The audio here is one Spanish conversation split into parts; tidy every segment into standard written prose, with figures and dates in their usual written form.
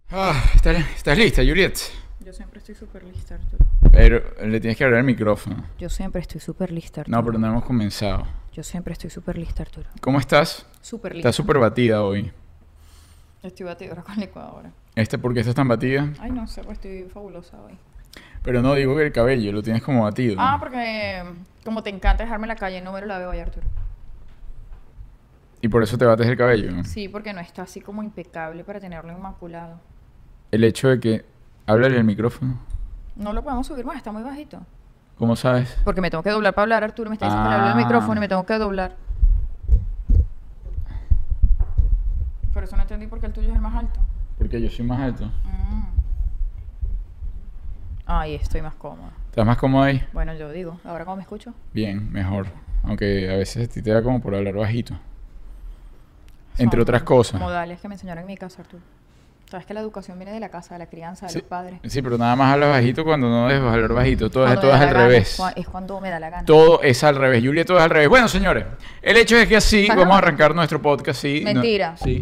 ¿Estás lista, Juliet? Yo siempre estoy súper lista, Arturo. Pero le tienes que hablar al micrófono. Yo siempre estoy súper lista, Arturo. No, pero no hemos comenzado. Yo siempre estoy súper lista, Arturo. ¿Cómo estás? Súper lista. Estás súper batida hoy. Estoy batidora con licuadora. ¿Por qué estás tan batida? Ay, no sé, pues estoy fabulosa hoy. Pero no, digo que el cabello lo tienes como batido. Ah, porque como te encanta dejarme en la calle, no me lo laveo hoy, Arturo. ¿Y por eso te bates el cabello? Sí, porque no está así como impecable para tenerlo inmaculado. El hecho de que... Háblale al micrófono. No lo podemos subir más, está muy bajito. ¿Cómo sabes? Porque me tengo que doblar para hablar, Arturo. Me está diciendo que le hable al micrófono y me tengo que doblar. Por eso no entendí por qué el tuyo es el más alto. Porque yo soy más alto. Ay, estoy más cómoda. ¿Estás más cómodo ahí? Bueno, yo digo, ¿ahora cómo me escucho? Bien, mejor. Aunque a veces a ti te da como por hablar bajito. Entre otras cosas. Modales que me enseñaron en mi casa, Arturo. Sabes que la educación viene de la casa, de la crianza, de los padres. Sí, pero nada más hablas bajito cuando no debes hablar bajito. Todo es al gana, revés. Es cuando me da la gana. Todo es al revés. Julia, todo es al revés. Bueno, señores, el hecho es que así vamos a arrancar nuestro podcast. Sí. Mentira. Sí.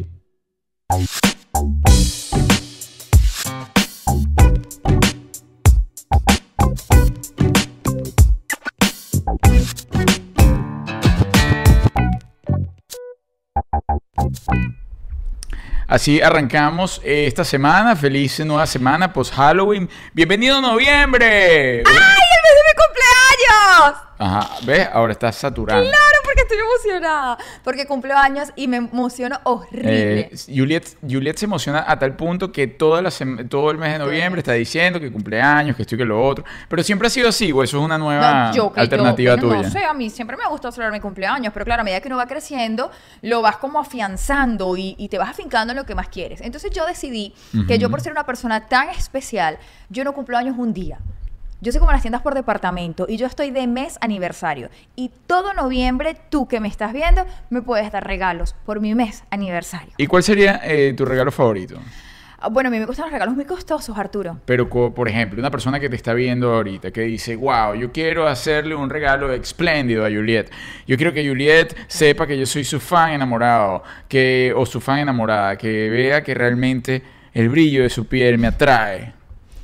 Así arrancamos esta semana. Feliz nueva semana post-Halloween. ¡Bienvenido a noviembre! ¡Ay, el mes de mi cumpleaños! Ajá, ¿ves? Ahora estás saturando. ¡Claro! Porque estoy emocionada. Porque cumplo años y me emociono horrible. Juliet se emociona a tal punto que todo el mes de noviembre está diciendo que cumpleaños, que esto y que lo otro. Pero siempre ha sido así, o eso es una nueva alternativa tuya. No sé, a mí siempre me ha gustado celebrar mi cumpleaños, pero claro, a medida que uno va creciendo, lo vas como afianzando y te vas afincando en lo que más quieres. Entonces yo decidí que yo, por ser una persona tan especial, yo no cumplo años un día. Yo soy como las tiendas por departamento y yo estoy de mes aniversario. Y todo noviembre, tú que me estás viendo, me puedes dar regalos por mi mes aniversario. ¿Y cuál sería tu regalo favorito? Bueno, a mí me gustan los regalos muy costosos, Arturo. Pero, por ejemplo, una persona que te está viendo ahorita, que dice, wow, yo quiero hacerle un regalo espléndido a Juliet. Yo quiero que Juliet sepa que yo soy su fan enamorado, o su fan enamorada, que vea que realmente el brillo de su piel me atrae.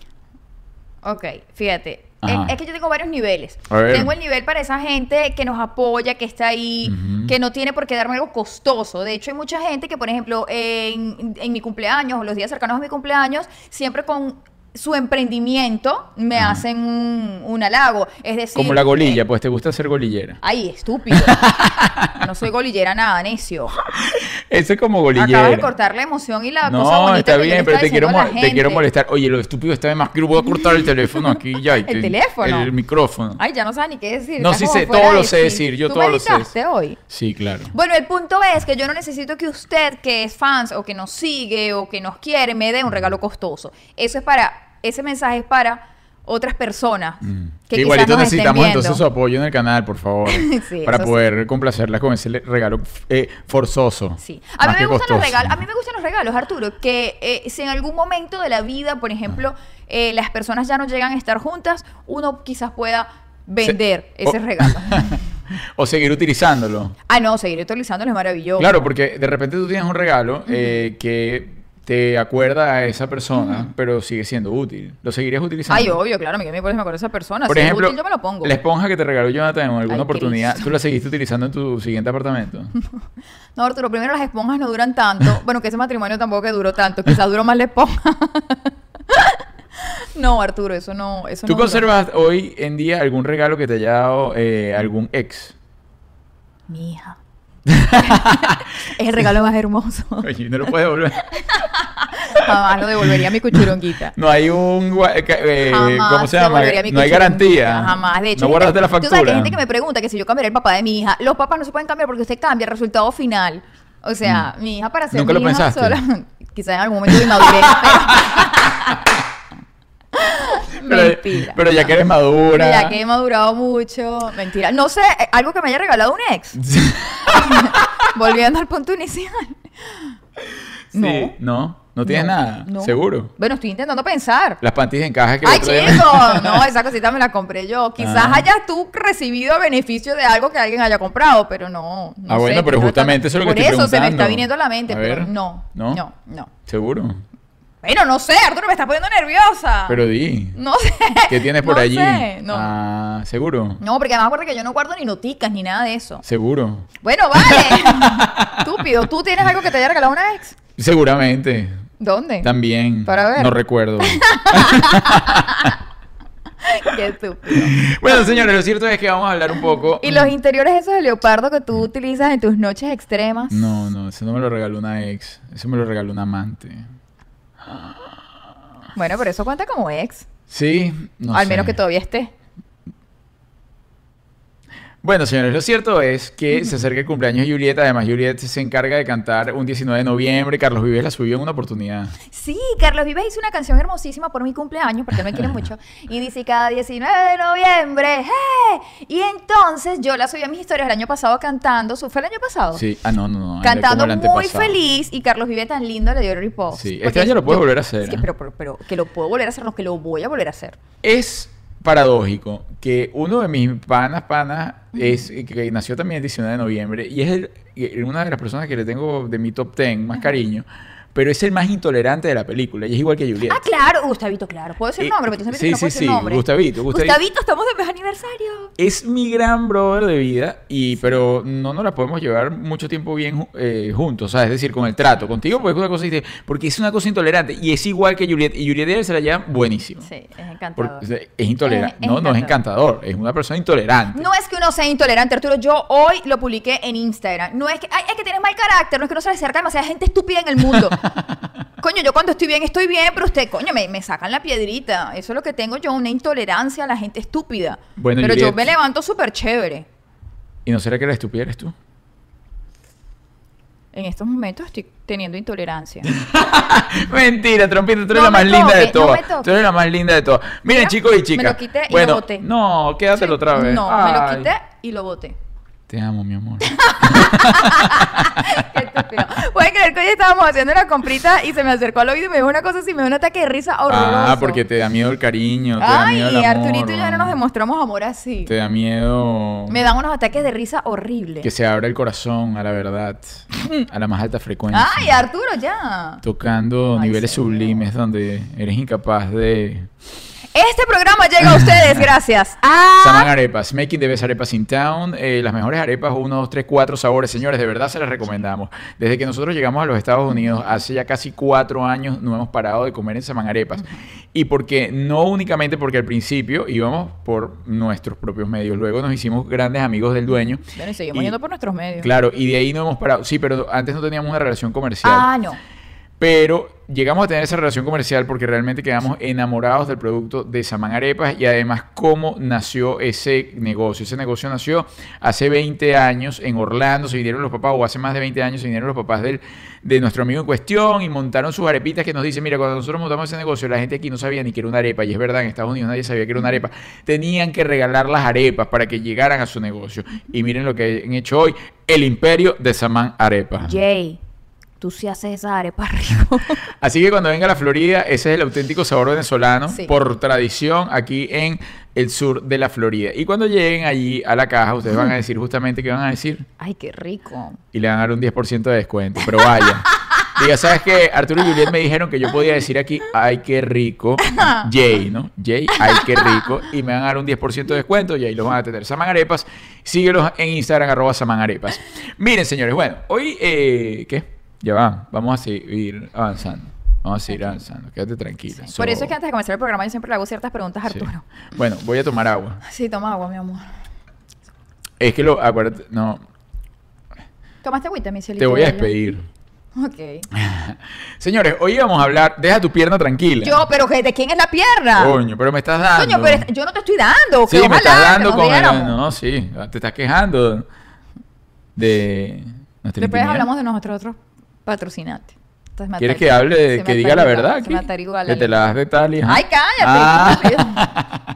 Ok, fíjate. Es que yo tengo varios niveles. Tengo el nivel para esa gente que nos apoya, que está ahí, que no tiene por qué darme algo costoso. De hecho, hay mucha gente que, por ejemplo, en mi cumpleaños o los días cercanos a mi cumpleaños, siempre con su emprendimiento me hacen un halago. Es decir... Como la golilla, pues te gusta ser golillera. Ay, estúpido. No soy golillera nada, necio. Eso es como golillera. Acabas de cortar la emoción y la cosa bonita. No, está bien, pero te quiero gente. molestar. Oye, lo estúpido está de más que voy a cortar el teléfono aquí ya. ¿El teléfono? El micrófono. Ay, ya no sabes ni qué decir. No, sí sé, todo lo sé decir. Yo todo lo sé. ¿Tú meditaste hoy? Sí, claro. Bueno, el punto es que yo no necesito que usted, que es fans o que nos sigue o que nos quiere, me dé un regalo costoso. Ese mensaje es para otras personas que igualito quizás nos necesitamos estén entonces su apoyo en el canal, por favor. Sí, para poder complacerla con ese regalo forzoso. Sí. A mí me gustan los regalos, Arturo, que si en algún momento de la vida, por ejemplo, las personas ya no llegan a estar juntas, uno quizás pueda vender ese regalo. O seguir utilizándolo. Ah, no, seguir utilizándolo es maravilloso. Claro, porque de repente tú tienes un regalo que te acuerda a esa persona, pero sigue siendo útil. ¿Lo seguirías utilizando? Ay, obvio, claro. Me acuerdo de esa persona. Por si ejemplo, es útil, yo me lo pongo. La esponja que te regaló Jonathan en alguna oportunidad, Cristo. ¿tú la seguiste utilizando en tu siguiente apartamento? No, Arturo, primero las esponjas no duran tanto. Bueno, que ese matrimonio tampoco que duró tanto. Quizás duró más la esponja. No, Arturo, eso no ¿Tú conservas hoy en día algún regalo que te haya dado algún ex? Mi hija. Es el regalo más hermoso. Oye, no lo puedes devolver. Jamás lo devolvería a mi cuchuronguita. No hay ¿cómo se llama? No hay garantía. Jamás. De hecho, no guardaste la factura. Tú sabes que hay gente que me pregunta que si yo cambiaría el papá de mi hija. Los papás no se pueden cambiar porque usted cambia el resultado final. O sea, mi hija para ser ¿Nunca mi lo hija pensaste? sola. Quizás en algún momento de inmadurez. Mentira. Pero ya que eres madura. Ya que he madurado mucho. Mentira. No sé, algo que me haya regalado un ex. Volviendo al punto inicial. Sí, no tienes nada, no. ¿Seguro? Bueno, estoy intentando pensar. Las panties en caja que ¡Ay, el otro día chico! No, esa cosita me la compré yo. Quizás hayas tú recibido beneficio de algo que alguien haya comprado, pero no sé. Bueno, pero justamente eso es lo que estoy preguntando. Por eso se me está viniendo a la mente, A pero ver. no. ¿Seguro? Bueno, no sé, Arturo, me está poniendo nerviosa. Pero di. No sé. ¿Qué tienes por No allí? sé, no. Ah, ¿seguro? No, porque además acuérdate que yo no guardo ni noticas ni nada de eso. ¿Seguro? Bueno, vale. Estúpido. ¿Tú tienes algo que te haya regalado una ex? Seguramente. ¿Dónde? También. Para ver. No recuerdo. Qué estúpido. Bueno, señores, lo cierto es que vamos a hablar un poco... ¿Y los interiores esos de leopardo que tú utilizas en tus noches extremas? No, eso no me lo regaló una ex. Eso me lo regaló un amante. Bueno, pero eso cuenta como ex. Sí, no Al sé. menos que todavía esté. Bueno, señores, lo cierto es que se acerca el cumpleaños de Julieta. Además, Julieta se encarga de cantar un 19 de noviembre. Carlos Vives la subió en una oportunidad. Sí, Carlos Vives hizo una canción hermosísima por mi cumpleaños, porque él me quiere mucho. Y dice cada 19 de noviembre. ¡Hey! Y entonces yo la subí a mis historias el año pasado cantando. ¿Fue el año pasado? Sí. Ah, no. Cantando como el muy antepasado. feliz. Y Carlos Vives tan lindo le dio el repost. Sí, Porque este año lo puedes volver a hacer, Es que, ¿eh? pero que lo puedo volver a hacer, no, que lo voy a volver a hacer. Es paradójico que uno de mis panas es que nació también el 19 de noviembre y es una de las personas que le tengo de mi top 10 más cariño, pero es el más intolerante de la película y es igual que Julieta. Ah, claro, Gustavito, claro. ¿Puedo decir nombre? Porque tú siempre dices que no puedo decir nombre. Gustavito. Gustavito, estamos de mes aniversario. Es mi gran brother de vida, pero no nos la podemos llevar mucho tiempo bien juntos, ¿sabes? Es decir, con el trato. Contigo, pues es una cosa, porque es una cosa intolerante y es igual que Juliet. Y Juliet y él se la llevan buenísimo. Sí, es encantador. Es intolerante. No es encantador. Es una persona intolerante. No es que uno sea intolerante, Arturo. Yo hoy lo publiqué en Instagram. No es que, es que tienes mal carácter, no es que no se le acerca demasiada gente estúpida en el mundo. Coño, yo cuando estoy bien, pero usted, coño, me sacan la piedrita. Eso es lo que tengo yo, una intolerancia a la gente estúpida. Bueno, pero Juliet, yo me levanto súper chévere. ¿Y no será que la estúpida eres tú? En estos momentos estoy teniendo intolerancia. Mentira, Trompito, tú eres No la más me linda toques, de no todas. me toques. Tú eres la más linda de todas. Miren, Mira, chicos y chicas. me lo quité y bueno, lo boté. No, quédatelo Sí. otra vez. No, me lo Ay, quité y lo boté. Te amo, mi amor. Qué estúpido. Puedes creer que hoy estábamos haciendo una comprita y se me acercó al oído y me dijo una cosa así, me dio un ataque de risa horroroso. Porque te da miedo el cariño, te da miedo el Ay, amor. Arturito y yo no nos demostramos amor así. Te da miedo Me dan unos ataques de risa horribles. que se abra el corazón a la verdad, a la más alta frecuencia. Ay, Arturo, ya. Tocando Ay, niveles señor. sublimes donde eres incapaz de... Este programa llega a ustedes gracias Saman a... Arepas, Making the Best Arepas in Town. Las mejores arepas, 1, 2, 3, 4 sabores. Señores, de verdad se las recomendamos. Desde que nosotros llegamos a los Estados Unidos, hace ya casi 4 años, no hemos parado de comer en Saman Arepas. Y porque, no únicamente porque al principio íbamos por nuestros propios medios. Luego nos hicimos grandes amigos del dueño. Bueno, y seguimos yendo por nuestros medios. Claro, y de ahí no hemos parado. Sí, pero antes no teníamos una relación comercial. Ah, no. Pero llegamos a tener esa relación comercial porque realmente quedamos enamorados del producto de Saman Arepas y además cómo nació ese negocio. Ese negocio nació hace 20 años en Orlando, se vinieron los papás, o hace más de 20 años se vinieron los papás de nuestro amigo en cuestión y montaron sus arepitas que nos dicen, mira, cuando nosotros montamos ese negocio, la gente aquí no sabía ni que era una arepa, y es verdad, en Estados Unidos nadie sabía que era una arepa. Tenían que regalar las arepas para que llegaran a su negocio. Y miren lo que han hecho hoy, el imperio de Saman Arepas. Jay, tú sí haces esa arepa rico. Así que cuando venga a la Florida, ese es el auténtico sabor venezolano, Sí. por tradición, aquí en el sur de la Florida. Y cuando lleguen allí a la caja, ustedes van a decir justamente qué van a decir Ay, qué rico. y le van a dar un 10% de descuento. Pero vaya. Diga, ¿sabes qué? Arturo y Juliet me dijeron que yo podía decir aquí, ay, qué rico. Jay, ¿no? Jay, ay, qué rico. Y me van a dar un 10% de descuento y ahí los van a tener. Saman Arepas, síguelos en Instagram, @samanarepas. Miren, señores, bueno, hoy, ¿qué? Ya va, vamos a seguir avanzando. Vamos a seguir avanzando. Quédate tranquila. Por eso es que antes de comenzar el programa yo siempre le hago ciertas preguntas a Sí. Arturo. Bueno, voy a tomar agua. Sí, toma agua, mi amor. Es que acuérdate, no, ¿Tomaste agüita, mi cielito? te voy a bello? despedir. Ok. Señores, hoy vamos a hablar, deja tu pierna tranquila. Yo, pero ¿de quién es la pierna? Coño, pero me estás dando. Coño, pero yo no te estoy dando. Sí, que me ojalá estás que dando nos con el... diéramos. No, sí, te estás quejando de nuestra Después intimidad. hablamos de nuestros otros patrocinantes. Entonces me ¿Quieres atari- que hable, se que me diga la atariga- verdad se aquí? me atarigua Que te la das de tal y... ajá. Ay, cállate. Ah.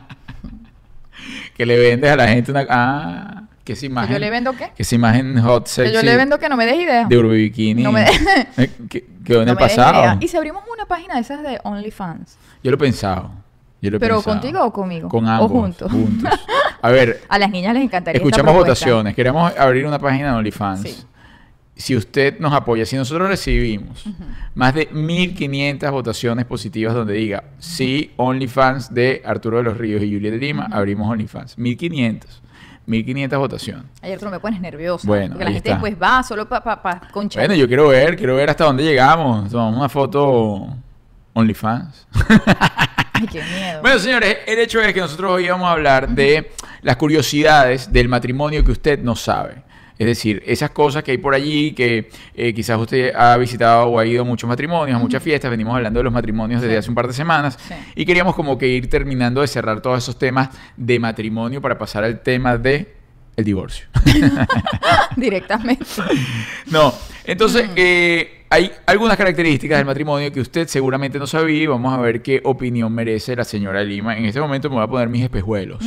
Que le vendes a la gente una... Ah, que esa imagen... ¿Que yo le vendo qué? Que esa imagen hot, sexy... Que yo le vendo que no me des idea. de Urbi Bikini. No me que quedó en No el me des pasado. idea. Y si abrimos una página de esas de OnlyFans. Yo lo he pensado. ¿Pero contigo o conmigo? Con ¿O ambos. juntos? Juntos. A ver, A las niñas les encantaría esta escuchamos propuesta. votaciones. Queremos abrir una página de OnlyFans. Sí. si usted nos apoya, si nosotros recibimos más de 1.500 votaciones positivas donde diga, sí, OnlyFans de Arturo de los Ríos y Juliet de Lima, abrimos OnlyFans. 1.500 votaciones. Ayer tú no me pones nerviosa. Bueno, porque la ahí gente está. después va solo para conchar. Bueno, yo quiero ver hasta dónde llegamos. Tomamos una foto OnlyFans. Ay, qué miedo. Bueno, señores, el hecho es que nosotros hoy vamos a hablar de las curiosidades del matrimonio que usted no sabe. Es decir, esas cosas que hay por allí, que quizás usted ha visitado o ha ido a muchos matrimonios, a muchas fiestas. Venimos hablando de los matrimonios desde hace un par de semanas. Sí. Y queríamos como que ir terminando de cerrar todos esos temas de matrimonio para pasar al tema de el divorcio. Directamente. No, entonces hay algunas características del matrimonio que usted seguramente no sabía y vamos a ver qué opinión merece la señora Lima. En este momento me voy a poner mis espejuelos.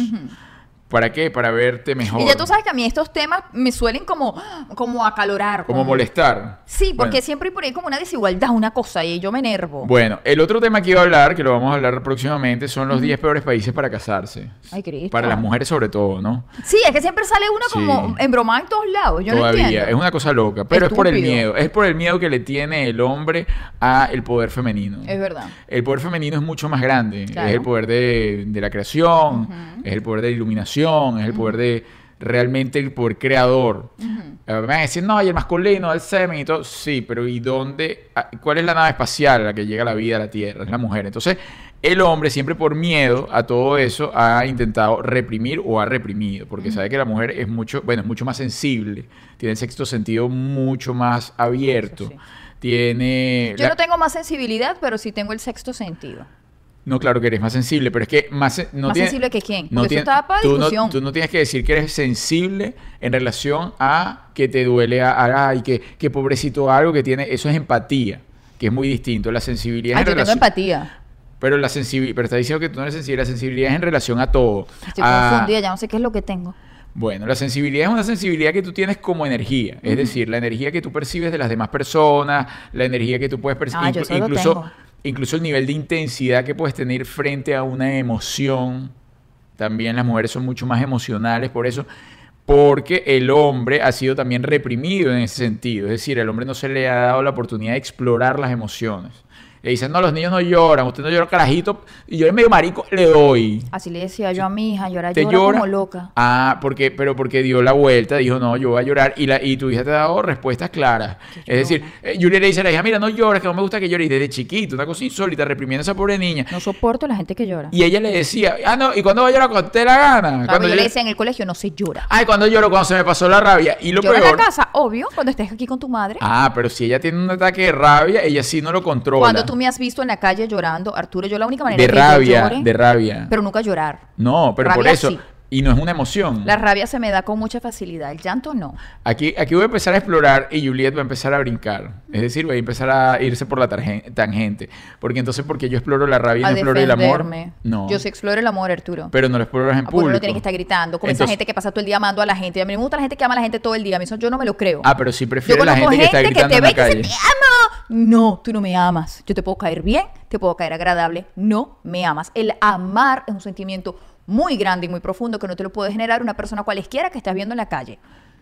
¿Para qué? Para verte mejor. Y ya tú sabes que a mí estos temas me suelen como acalorar. Como molestar. Sí, porque Bueno. siempre hay por ahí como una desigualdad, una cosa, y yo me enervo. Bueno, el otro tema que iba a hablar, que lo vamos a hablar próximamente, son los 10 peores países para casarse. Ay, Cristo. Para las mujeres sobre todo, ¿no? Sí, es que siempre sale uno Sí. como embromado en todos lados. Yo no Todavía, entiendo. es una cosa loca, pero es por el Estúpido. miedo. Es por el miedo que le tiene el hombre a el poder femenino. Es verdad. El poder femenino es mucho más grande. Claro. Es el poder de la creación, es el poder de la iluminación, es el poder de realmente el poder creador. Me van a decir, no, y el masculino, el semen y todo. Sí, pero ¿y dónde? ¿Cuál es la nave espacial a la que llega la vida a la Tierra? Es la mujer. Entonces, el hombre siempre por miedo a todo eso ha intentado reprimir o ha reprimido, porque sabe que la mujer es mucho más sensible, tiene el sexto sentido mucho más abierto. Eso sí. Tiene... Yo no tengo más sensibilidad, pero sí tengo el sexto sentido. No, claro que eres más sensible, pero es que ¿Más sensible que quién? No Porque eso está para tú discusión. tú no tienes que decir que eres sensible en relación a que te duele, ay, que pobrecito algo que tiene. Eso es empatía, que es muy distinto. La sensibilidad Ay, es yo en tengo relación... empatía. Pero pero está diciendo que tú no eres sensible. La sensibilidad es en relación a todo. Estoy A- confundida, ya no sé qué es lo que tengo. Bueno, la sensibilidad es una sensibilidad que tú tienes como energía. Es decir, la energía que tú percibes de las demás personas, la energía que tú puedes percibir, Ah, yo solo tengo. incluso el nivel de intensidad que puedes tener frente a una emoción. También las mujeres son mucho más emocionales por eso. Porque el hombre ha sido también reprimido en ese sentido. Es decir, al hombre no se le ha dado la oportunidad de explorar las emociones. Le dicen, no, los niños no lloran, usted no llora, carajito, y yo en medio marico le doy. Así le decía yo a mi hija, llora ¿Te llora llora? como loca. Ah, pero porque dio la vuelta, dijo, no, yo voy a llorar, y tu hija te ha dado respuestas claras. Es decir, Julia le dice a la hija, mira, no llores, que no me gusta que llores, y desde chiquito, una cosa insólita, reprimiendo a esa pobre niña. No soporto la gente que llora. Y ella le decía, no, ¿y cuándo va a llorar? Cuando te dé la gana. Papi, Cuando yo yo- le decía en el colegio, no se llora. Ay, cuando lloro, cuando se me pasó la rabia. Y lo Llora en peor... la casa, obvio, cuando estés aquí con tu madre. Ah, pero si ella tiene un ataque de rabia, ella sí no lo controla. Cuando tú me has visto en la calle llorando, Arturo, yo la única manera De que rabia, yo llore, de rabia. pero nunca llorar. No, pero por rabia eso... sí. Y no es una emoción. La rabia se me da con mucha facilidad, el llanto no. Aquí voy a empezar a explorar y Juliet va a empezar a brincar. Es decir, va a empezar a irse por la tangente. Porque entonces, porque yo exploro la rabia y A no exploro el amor. defenderme. No. Yo sí exploro el amor, Arturo. Pero no lo exploras en Ah, pues público. uno no tiene que estar gritando, como esa Entonces- gente que pasa todo el día amando a la gente. A mí me gusta la gente que ama a la gente todo el día. A mí eso yo no me lo creo. Ah, pero sí Yo prefiero la conozco gente que está gritando te en ve la y te calle. dice, te amo. No, tú no me amas. Yo te puedo caer bien, te puedo caer agradable. No me amas. El amar es un sentimiento muy grande y muy profundo que no te lo puede generar una persona cualesquiera que estás viendo en la calle.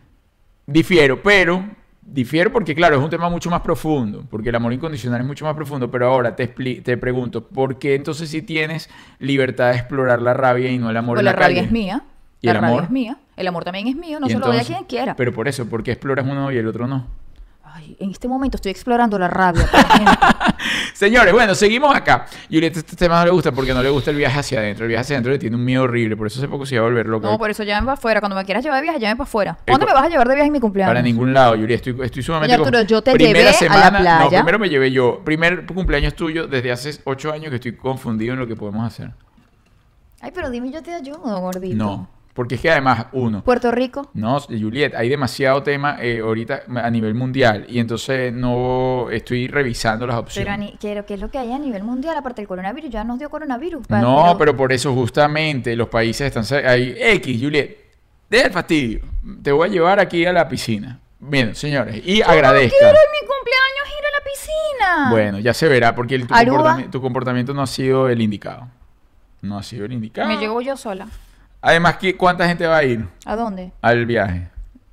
Difiero porque, claro, es un tema mucho más profundo. Porque el amor incondicional es mucho más profundo. Pero ahora te pregunto, ¿por qué entonces sí tienes libertad de explorar la rabia y no el amor Pues en la la rabia calle? es mía. ¿Y La el rabia amor? es mía. El amor también es mío. No Y se lo doy a entonces- quien quiera. Pero por eso, ¿por qué exploras uno y el otro no? Ay, en este momento estoy explorando la rabia, por ejemplo. Señores, bueno, seguimos acá. Juliet, este tema no le gusta porque no le gusta el viaje hacia adentro. El viaje hacia adentro le tiene un miedo horrible. Por eso hace poco se iba a volver loca. No, por eso llévame para afuera. Cuando me quieras llevar de viaje, llévame para afuera. Eh, ¿Dónde co- me vas a llevar de viaje en mi cumpleaños? Para ningún lado, Juliet. Estoy sumamente... Oye, Arturo, yo te Primera llevé a la semana... No, playa. primero me llevé yo. Primer cumpleaños tuyo desde hace 8 años que estoy confundido en lo que podemos hacer. Ay, pero dime, yo te ayudo, gordito. No, porque es que además, uno... Puerto Rico. No, Juliet, hay demasiado tema ahorita a nivel mundial y entonces no estoy revisando las opciones. Pero ¿qué es lo que hay a nivel mundial? Aparte del coronavirus, ya nos dio coronavirus. No, pero por eso justamente los países están... Hay X, Juliet, deja el fastidio. Te voy a llevar aquí a la piscina. Bien, señores, y agradezca. No quiero en mi cumpleaños ir a la piscina. Bueno, ya se verá porque Aruba. tu comportamiento no ha sido el indicado. No ha sido el indicado. Me llevo yo sola. Además, ¿cuánta gente va a ir ¿A dónde? al viaje?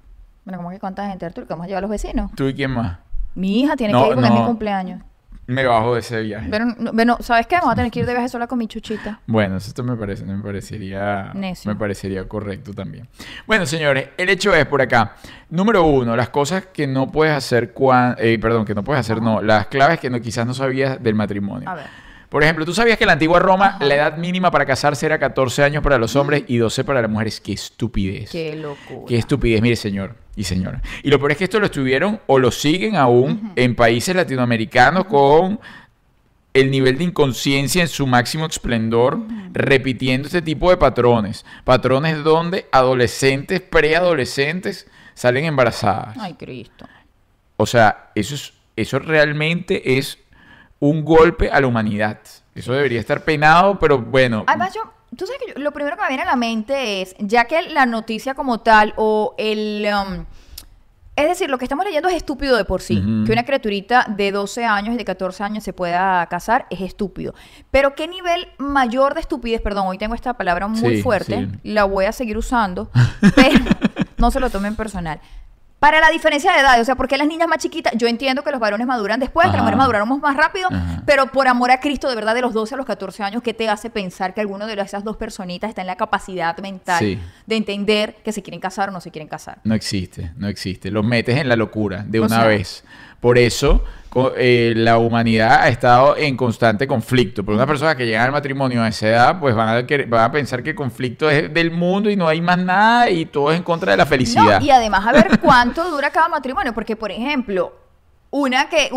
Bueno, ¿cómo que cuánta gente, Arturo? ¿Que vamos a llevar a los vecinos? ¿Tú y quién más? Mi hija tiene No, que ir porque es mi no. cumpleaños. Me bajo de ese viaje. Pero, bueno, ¿sabes qué? Vamos a tener que ir de viaje sola con mi chuchita. Bueno, eso Necio. me parecería correcto también. Bueno, señores, el hecho es por acá. Número uno, las cosas que no puedes hacer que no puedes hacer, no, las claves que quizás no sabías del matrimonio. A ver. Por ejemplo, ¿tú sabías que en la antigua Roma la edad mínima para casarse era 14 años para los hombres y 12 para las mujeres? ¡Qué estupidez! Qué locura. ¡Qué estupidez! Mire, señor y señora. Y lo peor es que esto lo estuvieron o lo siguen aún en países latinoamericanos con el nivel de inconsciencia en su máximo esplendor, repitiendo este tipo de patrones. Patrones donde adolescentes, preadolescentes salen embarazadas. Ay, Cristo. O sea, eso realmente es un golpe a la humanidad. Eso debería estar penado, pero bueno. Además, tú sabes que lo primero que me viene a la mente es, ya que la noticia como tal o es decir, lo que estamos leyendo es estúpido de por sí. Que una criaturita de 12 años y de 14 años se pueda casar es estúpido. Pero ¿qué nivel mayor de estupidez? Perdón, hoy tengo esta palabra muy fuerte. Sí. La voy a seguir usando, pero no se lo tomen personal. Para la diferencia de edad, o sea, porque las niñas más chiquitas, yo entiendo que los varones maduran después, que las mujeres maduramos más rápido, pero por amor a Cristo, de verdad, de los 12 a los 14 años, ¿qué te hace pensar que alguno de esas dos personitas está en la capacidad mental de entender que se quieren casar o no se quieren casar? No existe, no existe. Los metes en la locura de una sea, vez. Por eso la humanidad ha estado en constante conflicto. Porque una persona que llega al matrimonio a esa edad, pues van a pensar que el conflicto es del mundo y no hay más nada y todo es en contra de la felicidad. No, y además a ver cuánto dura cada matrimonio, porque por ejemplo, una que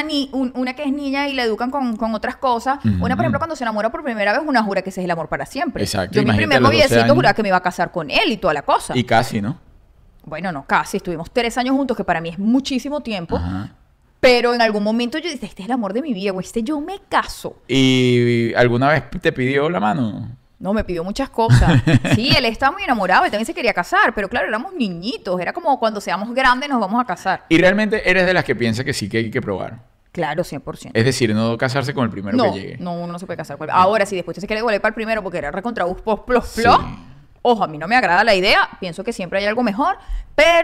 es niña y la educan con otras cosas, una por ejemplo cuando se enamora por primera vez, una jura que ese es el amor para siempre. Exacto. Yo mi Imagínate primer a los 12 noviecito años. juraba que me iba a casar con él y toda la cosa. Y casi, ¿no? Bueno, no, casi, estuvimos 3 años juntos, que para mí es muchísimo tiempo. Ajá. Pero en algún momento yo dije, este es el amor de mi vida, güey, yo me caso. ¿Y alguna vez te pidió la mano? No, me pidió muchas cosas. Sí, él estaba muy enamorado, él también se quería casar, pero claro, éramos niñitos, era como cuando seamos grandes nos vamos a casar. Y realmente eres de las que piensa que sí que hay que probar. Claro, 100%. Es decir, no casarse con el primero No, que llegue. no, uno no se puede casar con él. Ahora, si después se quiere volver para el primero porque era recontra plos, Sí. ojo, a mí no me agrada la idea, pienso que siempre hay algo mejor, pero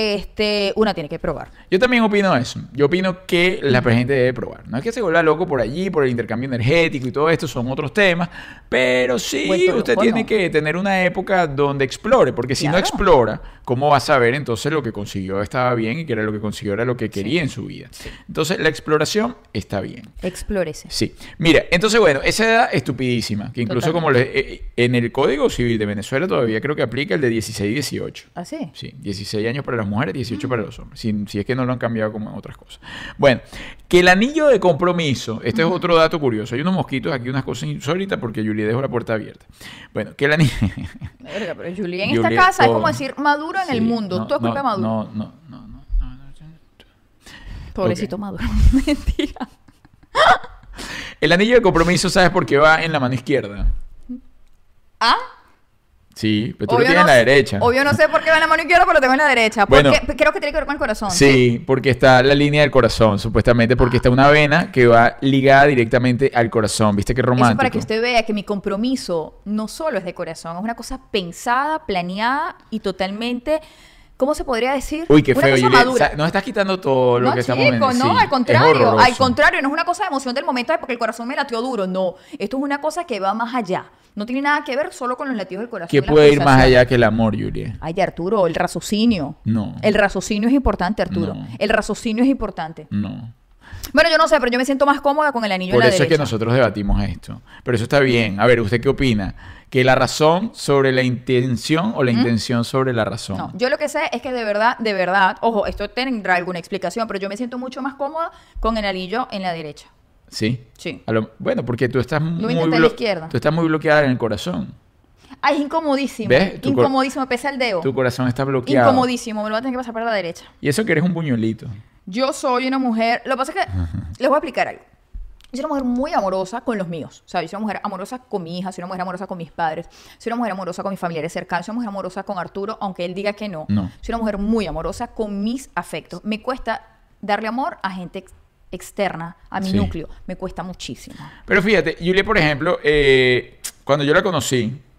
una tiene que probar. Yo también opino eso. Yo opino que la gente debe probar. No es que se vuelva loco por allí, por el intercambio energético y todo esto, son otros temas. Pero sí, Bueno, pero usted ojo, tiene no. que tener una época donde explore. Porque si no Claro. explora, ¿cómo va a saber entonces lo que consiguió estaba bien y que era lo que consiguió era lo que quería en su vida? Entonces, la exploración está bien. Explórese. Sí. Mira, entonces, bueno, esa edad estupidísima, que incluso en el Código Civil de Venezuela todavía creo que aplica el de 16 y 18. ¿Ah, sí? Sí, 16 años para las mujeres, 18 para los hombres. Si es que no lo han cambiado como en otras cosas. Bueno, que el anillo de compromiso, este es otro dato curioso. Hay unos mosquitos aquí, unas cosas insólitas porque Julie dejó la puerta abierta. Bueno, que el anillo... Verga, pero Julie en Julie, esta casa es todo. como decir Maduro en el Sí, mundo. no, Todo es culpa de Maduro. No. Pobrecito Maduro. Mentira. El anillo de compromiso, ¿sabes por qué va en la mano izquierda? ¿Ah? Sí, pero tú lo tienes en la derecha. Obvio no sé por qué va en la mano izquierda, pero lo tengo en la derecha. Bueno. Porque creo que tiene que ver con el corazón. Sí, porque está la línea del corazón, supuestamente, porque está una vena que va ligada directamente al corazón. ¿Viste qué romántico? Eso para que usted vea que mi compromiso no solo es de corazón, es una cosa pensada, planeada y totalmente, ¿cómo se podría decir? Uy, qué Una feo, cosa Juliet. madura. Nos estás quitando todo lo No, que estamos chico, viendo. no, Sí, al es contrario, horroroso. no es una cosa de emoción del momento de porque el corazón me latió duro, no, esto es una cosa que va más allá, no tiene nada que ver solo con los latidos del corazón. ¿Qué y las puede ir más pulsaciones. allá que el amor, Juliet? Ay, Arturo, el raciocinio. No. El raciocinio es importante, Arturo. No. El raciocinio es importante. No. Bueno, yo no sé, pero yo me siento más cómoda con el anillo Por en la eso es que derecha. nosotros debatimos esto. Pero eso está bien. A ver, ¿usted qué opina? ¿Que la razón sobre la intención o la intención sobre la razón? No, yo lo que sé es que de verdad, ojo, esto tendrá alguna explicación, pero yo me siento mucho más cómoda con el anillo en la derecha. ¿Sí? Sí. Bueno, porque tú estás muy intenté a la izquierda. Tú estás muy bloqueada en el corazón. Ay, es incomodísimo. ¿Ves? Incomodísimo, pesa el dedo. Tu corazón está bloqueado. Incomodísimo, me lo voy a tener que pasar para la derecha. Y eso que eres un buñuelito. Yo soy una mujer, lo que pasa es que les voy a explicar algo. Yo soy una mujer muy amorosa con los míos. O sea, yo soy una mujer amorosa con mi hija, soy una mujer amorosa con mis padres, soy una mujer amorosa con mis familiares cercanos, soy una mujer amorosa con Arturo, aunque él diga que no. No. Soy una mujer muy amorosa con mis afectos. Me cuesta darle amor a gente externa, a mi Sí. núcleo. Me cuesta muchísimo. Pero fíjate, Julia, por ejemplo, cuando yo la conocí,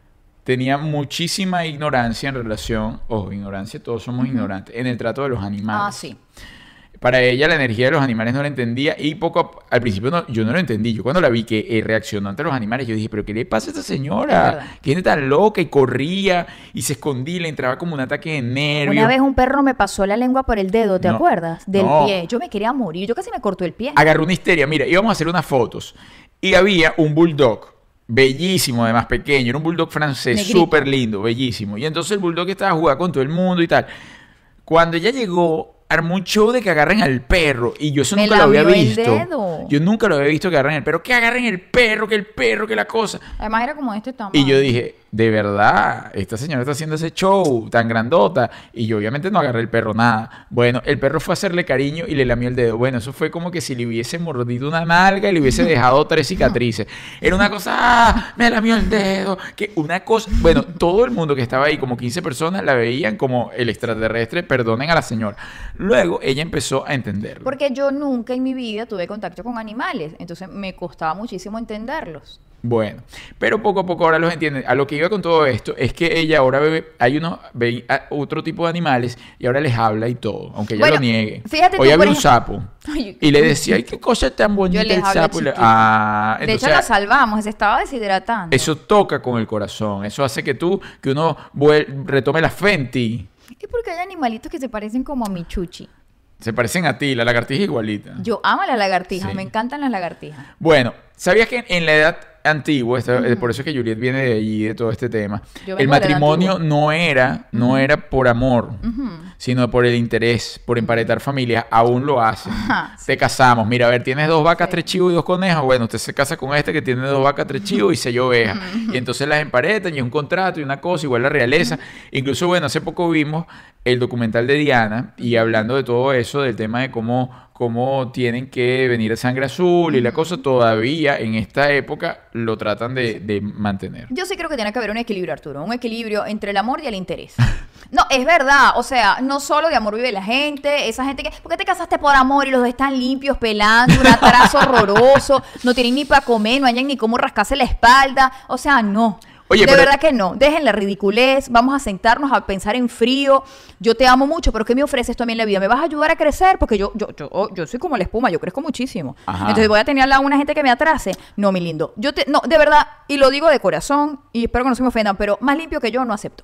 tenía muchísima ignorancia en relación, ojo, ignorancia, todos somos ignorantes, en el trato de los animales. Ah, sí. Para ella la energía de los animales no la entendía y al principio yo no lo entendí. Yo cuando la vi que reaccionó ante los animales, yo dije, pero ¿qué le pasa a esta Es señora? verdad. Que tiene tan loca y corría y se escondía y le entraba como un ataque de nervios. Una vez un perro me pasó la lengua por el dedo, ¿te No, acuerdas? Del no. pie. Yo me quería morir. Yo casi me cortó el pie. Agarró una histeria. Mira, íbamos a hacer unas fotos y había un bulldog. Bellísimo, además pequeño. Era un bulldog francés, Negrito. súper lindo, bellísimo. Y entonces el bulldog estaba jugando con todo el mundo y tal. Cuando ella llegó, armó un show de que agarren al perro. Y yo eso Me nunca lo había lamió el visto. dedo. Yo nunca lo había visto que agarren el perro. Que agarren el perro, que la cosa. Además era como este tamaño. Y yo dije, de verdad, esta señora está haciendo ese show tan grandota. Y yo obviamente no agarré el perro nada. Bueno, el perro fue a hacerle cariño y le lamió el dedo. Bueno, eso fue como que si le hubiese mordido una nalga y le hubiese dejado 3 cicatrices. Era una cosa, me lamió el dedo. Que una cosa, bueno, todo el mundo que estaba ahí, como 15 personas, la veían como el extraterrestre, perdonen a la señora. Luego ella empezó a entenderlo. Porque yo nunca en mi vida tuve contacto con animales. Entonces me costaba muchísimo entenderlos. Bueno, pero poco a poco ahora los entienden. A lo que iba con todo esto es que ella ahora ve otro tipo de animales y ahora les habla y todo, aunque ella Bueno, lo niegue. fíjate tú, Hoy había por un ejemplo- sapo Ay, y le decía, ay, qué cosa tan bonita les el hablo sapo. chiquito. Ah, De hecho, entonces lo salvamos. Se estaba deshidratando. eso toca con el corazón. Eso hace que uno retome la fe en ti. Es porque hay animalitos que se parecen como a mi chuchi. Se parecen a ti, la lagartija es igualita. Yo amo las lagartijas. Sí. Me encantan las lagartijas. Bueno, ¿sabías que en la edad antigua, por eso es que Juliet viene de allí, de todo este tema, Yo el vengo de la edad matrimonio antigua. no era por amor, sino por el interés, por emparentar familias, aún lo hacen. Ajá, Te casamos, mira, a ver, tienes 2 vacas, 3 chivos y 2 conejos, bueno, usted se casa con este que tiene 2 vacas, 3 chivos y 6 ovejas, y entonces las emparentan y es un contrato y una cosa, igual la realeza. Incluso, bueno, hace poco vimos el documental de Diana y hablando de todo eso, del tema de cómo tienen que venir de sangre azul y la cosa, todavía en esta época lo tratan de mantener. Yo sí creo que tiene que haber un equilibrio, Arturo. Un equilibrio entre el amor y el interés. No, es verdad. O sea, no solo de amor vive la gente. Esa gente que... ¿Por qué te casaste por amor y los dos están limpios, pelando, un atraso horroroso? No tienen ni para comer, no hayan ni cómo rascarse la espalda. O sea, no. Oye, de pero- verdad que no. Dejen la ridiculez. Vamos a sentarnos a pensar en frío. Yo te amo mucho, pero ¿qué me ofreces tú a mí en la vida? ¿Me vas a ayudar a crecer? Porque yo soy como la espuma, yo crezco muchísimo. Ajá. Entonces voy a tener al lado una gente que me atrase. No, mi lindo. No, de verdad, y lo digo de corazón, y espero que no se me ofendan, pero más limpio que yo no acepto.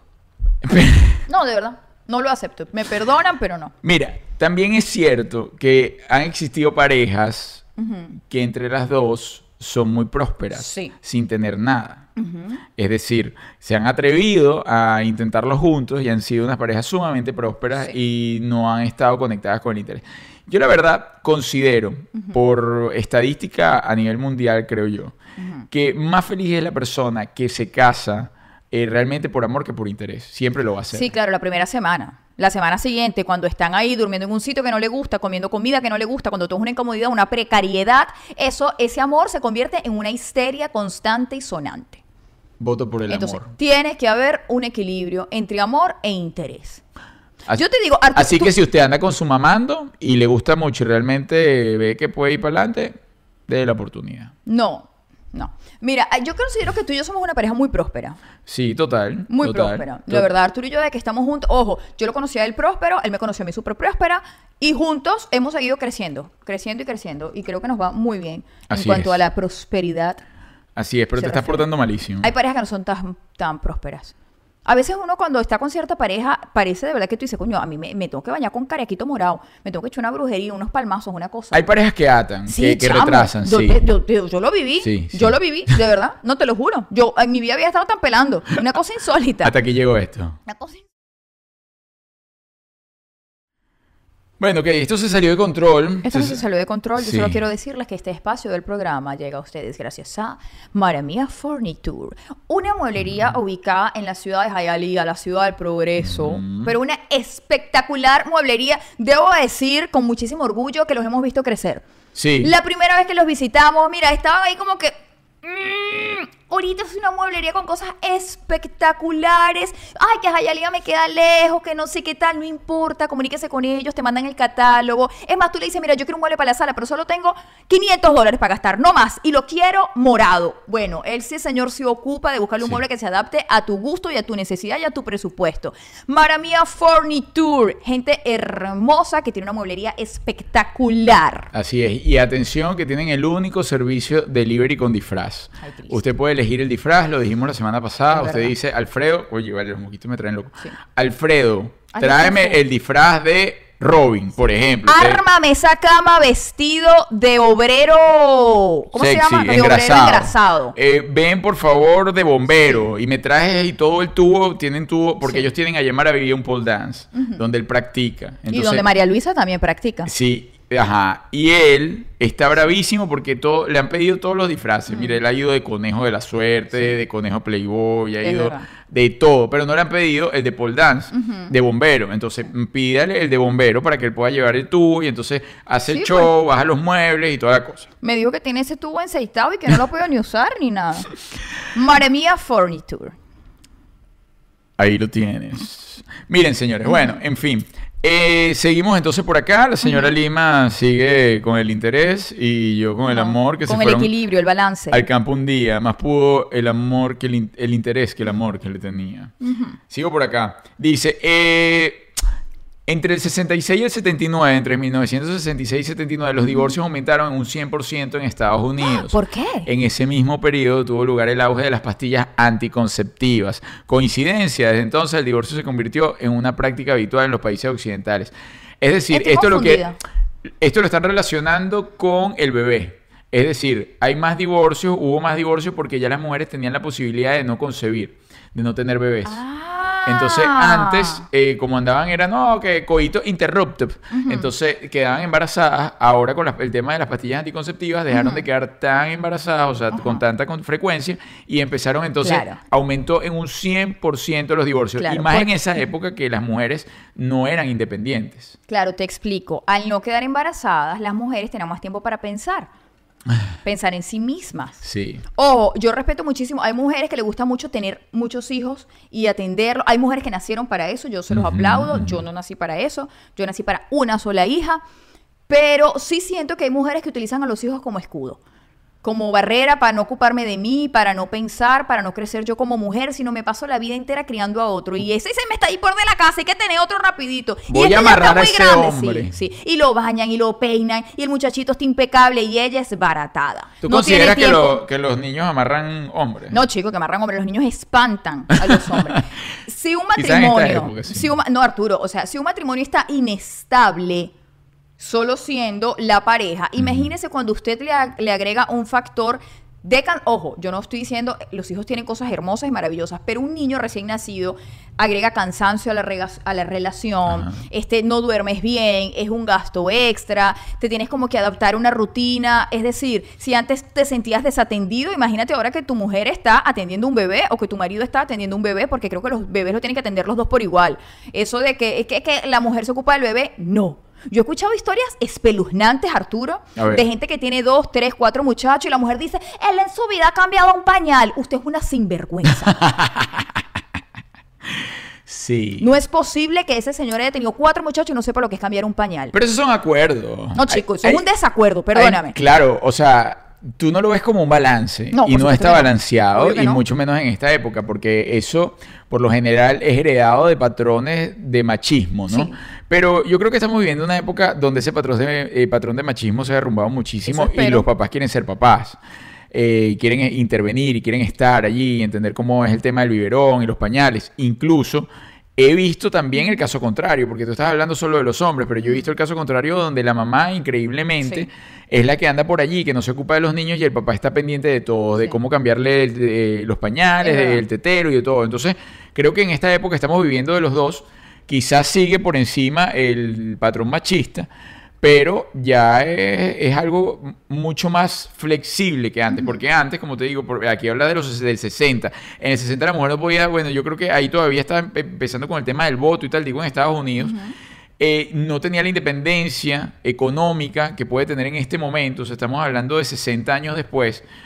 No, de verdad. No lo acepto. Me perdonan, pero no. Mira, también es cierto que han existido parejas que entre las dos son muy prósperas, Sí. sin tener nada. Es decir, se han atrevido a intentarlo juntos y han sido unas parejas sumamente prósperas y no han estado conectadas con el interés. Yo la verdad considero, por estadística a nivel mundial, creo yo, que más feliz es la persona que se casa realmente por amor que por interés. Siempre lo va a hacer. Sí, claro, la primera semana. La semana siguiente, cuando están ahí durmiendo en un sitio que no le gusta, comiendo comida que no le gusta, cuando todo es una incomodidad, una precariedad, ese amor se convierte en una histeria constante y sonante. Voto por el Entonces, amor. tiene que haber un equilibrio entre amor e interés. Así, Yo te digo, Arturo, así que si usted anda con su mamando y le gusta mucho y realmente ve que puede ir para adelante, déle la oportunidad. No. Mira, yo considero que tú y yo somos una pareja muy próspera. Sí, total. Muy total, próspera. La total. verdad, Arturo y yo, de que estamos juntos, ojo, yo lo conocí a él próspero, él me conoció a mí súper próspera, y juntos hemos seguido creciendo y creciendo, y creo que nos va muy bien Así en cuanto es. a la prosperidad. Así es, pero se te estás refiere. portando malísimo. Hay parejas que no son tan prósperas. A veces uno cuando está con cierta pareja, parece de verdad que tú dices, coño, a mí me tengo que bañar con carequito morado, me tengo que echar una brujería, unos palmazos, una cosa. Hay parejas que atan, que chamo. retrasan, Yo, sí. yo lo viví. Sí, sí. Yo lo viví, de verdad. No te lo juro. Yo en mi vida había estado tan pelando. Una cosa insólita. Hasta aquí llegó esto. Una cosa Bueno, ok, esto se salió de control. Esto no se salió de control. Yo Sí. solo quiero decirles que este espacio del programa llega a ustedes gracias a Maramia Furniture, una mueblería ubicada en la ciudad de Hialeah, la ciudad del progreso, pero una espectacular mueblería. Debo decir con muchísimo orgullo que los hemos visto crecer. Sí. La primera vez que los visitamos, mira, estaban ahí como que Ahorita es una mueblería con cosas espectaculares. Ay, que Hialeah me queda lejos, que no sé qué tal, no importa. Comuníquese con ellos, te mandan el catálogo. Es más, tú le dices, mira, yo quiero un mueble para la sala, pero solo tengo $500 para gastar, no más. Y lo quiero morado. Bueno, ese señor se ocupa de buscarle un mueble que se adapte a tu gusto y a tu necesidad y a tu presupuesto. Maramia Furniture. Gente hermosa que tiene una mueblería espectacular. Así es. Y atención que tienen el único servicio delivery con disfraz. Ay, Usted puede elegir el disfraz, lo dijimos la semana pasada. Es Usted verdad. dice, Alfredo, oye, vale, los moquitos me traen loco. Sí. Alfredo, Ay, tráeme no sé. el disfraz de Robin, por ejemplo. Ármame esa cama vestido de obrero. ¿Cómo se llama? De obrero engrasado. Ven, por favor, de bombero. Y me traes y todo el tubo. Tienen tubo, porque Sí. ellos tienen allá en Maravilla un pole dance, donde él practica. Y Entonces, donde María Luisa también practica. sí, ajá. Y él está bravísimo porque le han pedido todos los disfraces. Mire, él ha ido de conejo de la suerte, de conejo Playboy, ha Es ido verdad. de todo, pero no le han pedido el de pole dance, de bombero. Entonces, pídale el de bombero para que él pueda llevar el tubo y entonces hace el Sí, show, baja los muebles y toda la cosa. Me dijo que tiene ese tubo enceitado y que no lo puedo ni usar ni nada. Maramia Furniture. Ahí lo tienes. Miren, señores, bueno, en fin. Seguimos entonces por acá. La señora Lima sigue con el interés y yo con el amor que Con se el fueron equilibrio, el balance. al campo un día. Más pudo el amor que el interés que el amor que le tenía. Sigo por acá. Dice, entre el 66 y el 79, entre 1966 y 79, los divorcios aumentaron en un 100% en Estados Unidos. ¿Por qué? En ese mismo periodo tuvo lugar el auge de las pastillas anticonceptivas. Coincidencia, desde entonces el divorcio se convirtió en una práctica habitual en los países occidentales. Es decir, Estoy esto confundida. esto lo están relacionando con el bebé. Es decir, hay más divorcios, hubo más divorcios porque ya las mujeres tenían la posibilidad de no concebir, de no tener bebés. Entonces, antes, como andaban, era, no, que coito interrupted. Entonces, quedaban embarazadas. Ahora, con el tema de las pastillas anticonceptivas, dejaron de quedar tan embarazadas, o sea, con tanta frecuencia, y empezaron, entonces, Claro. aumentó en un 100% los divorcios. Claro, y más en porque- esa época que las mujeres no eran independientes. Claro, te explico. Al no quedar embarazadas, las mujeres tenían más tiempo para pensar. Pensar en sí mismas. Sí. Ojo, yo respeto muchísimo. Hay mujeres que les gusta mucho tener muchos hijos y atenderlos. Hay mujeres que nacieron para eso. Yo se los aplaudo. Yo no nací para eso. Yo nací para una sola hija. Pero sí siento que hay mujeres que utilizan a los hijos como escudo. Como barrera para no ocuparme de mí, para no pensar, para no crecer yo como mujer, sino me paso la vida entera criando a otro. Y ese se me está ahí por de la casa, hay que tener otro rapidito. Y Voy este a ya está amarrar a muy ese grande, hombre. Sí, sí. Y lo bañan y lo peinan y el muchachito está impecable y ella es baratada. ¿Tú No tiene consideras tiempo. que los niños amarran hombres? No, chicos, que amarran hombres. Los niños espantan a los hombres. Si un Quizás en esta matrimonio... época, sí. No, Arturo, o sea, si un matrimonio está inestable, solo siendo la pareja, imagínese cuando usted le agrega un factor de... Ojo, yo no estoy diciendo... Los hijos tienen cosas hermosas y maravillosas, pero un niño recién nacido agrega cansancio a la relación, Ajá. no duermes bien, es un gasto extra, te tienes como que adaptar a una rutina. Es decir, si antes te sentías desatendido, imagínate ahora que tu mujer está atendiendo un bebé o que tu marido está atendiendo un bebé, porque creo que los bebés lo tienen que atender los dos por igual. Eso de que la mujer se ocupa del bebé, no. Yo he escuchado historias espeluznantes, Arturo, A ver. de gente que tiene 2, 3, 4 muchachos y la mujer dice, él en su vida ha cambiado un pañal. Usted es una sinvergüenza. Sí. No es posible que ese señor haya tenido 4 muchachos y no sepa lo que es cambiar un pañal. Pero esos son acuerdos. No, chicos, Hay- es un desacuerdo, hay- perdóname. Claro, o sea, tú no lo ves como un balance No, y por no supuesto está que no. balanceado Obvio que y no. mucho menos en esta época, porque eso por lo general es heredado de patrones de machismo, ¿no? Sí. Pero yo creo que estamos viviendo una época donde ese patrón de machismo se ha derrumbado muchísimo Eso y espero. los papás quieren ser papás. Quieren intervenir y quieren estar allí y entender cómo es el tema del biberón y los pañales. Incluso he visto también el caso contrario, porque tú estás hablando solo de los hombres, pero yo he visto el caso contrario donde la mamá increíblemente Sí. es la que anda por allí, que no se ocupa de los niños y el papá está pendiente de todo, de Sí. cómo cambiarle los pañales, Es verdad. del tetero y de todo. Entonces creo que en esta época estamos viviendo de los dos. Quizás sigue por encima el patrón machista, pero ya es algo mucho más flexible que antes. Porque antes, como te digo, aquí habla del 60. En el 60 la mujer no podía, bueno, yo creo que ahí todavía está empezando con el tema del voto y tal, digo, en Estados Unidos. No tenía la independencia económica que puede tener en este momento. O sea, estamos hablando de 60 años después.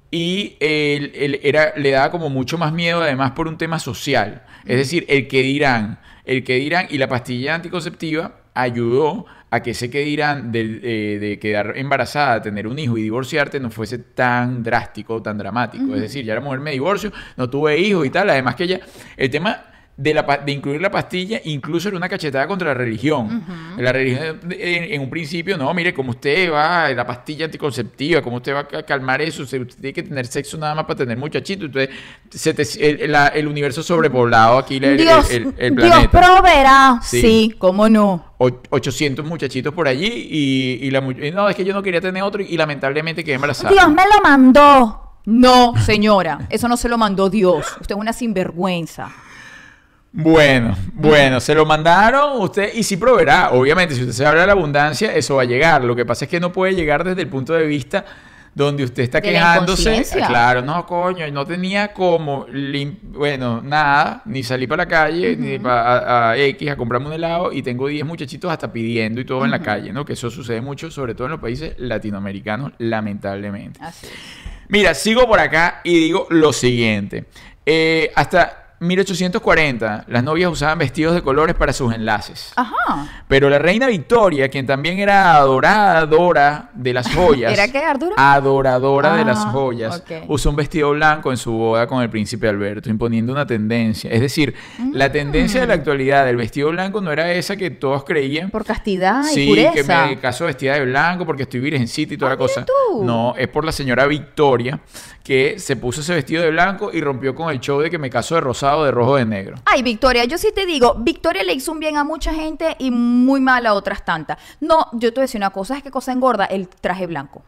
y le daba como mucho más miedo, además por un tema social. Es decir, el que dirán, y la pastilla anticonceptiva ayudó a que ese que dirán de quedar embarazada, tener un hijo y divorciarte no fuese tan drástico, tan dramático. Es decir, ya la mujer me divorcio, no tuve hijos y tal. Además que ella, el tema de incluir la pastilla incluso era una cachetada contra la religión. La religión en un principio, no, mire, como usted va, la pastilla anticonceptiva, como usted va a calmar eso, usted tiene que tener sexo nada más para tener muchachitos. Entonces, el universo sobrepoblado aquí, el planeta. Dios proveerá. Sí. Sí, cómo no. 800 muchachitos por allí no, es que yo no quería tener otro y lamentablemente quedé embarazada. Dios me lo mandó. No, señora, eso no se lo mandó Dios. Usted es una sinvergüenza. Bueno, se lo mandaron usted y sí proveerá. Obviamente, si usted se habla de la abundancia, eso va a llegar. Lo que pasa es que no puede llegar desde el punto de vista donde usted está De la quejándose. inconsciencia. Claro, no, coño, no tenía como, nada, ni salí para la calle, ni a X a comprarme un helado y tengo 10 muchachitos hasta pidiendo y todo en la calle, ¿no? Que eso sucede mucho, sobre todo en los países latinoamericanos, lamentablemente. Así es. Mira, sigo por acá y digo lo siguiente. Hasta 1840, las novias usaban vestidos de colores para sus enlaces. Ajá. Pero la reina Victoria, quien también era adoradora de las joyas. ¿Era qué, Arturo? Adoradora de las joyas. Ok. Usó un vestido blanco en su boda con el príncipe Alberto, imponiendo una tendencia. Es decir, la tendencia de la actualidad del vestido blanco no era esa que todos creían. Por castidad y Sí, pureza. que me caso vestida de blanco porque estoy virgencita y toda la mira cosa. tú. No, es por la señora Victoria que se puso ese vestido de blanco y rompió con el show de que me caso de rosado, de rojo, de negro. Ay, Victoria, yo sí te digo, Victoria le hizo un bien a mucha gente y muy mal a otras tantas. No, yo te voy a decir una cosa, es que cosa engorda el traje blanco.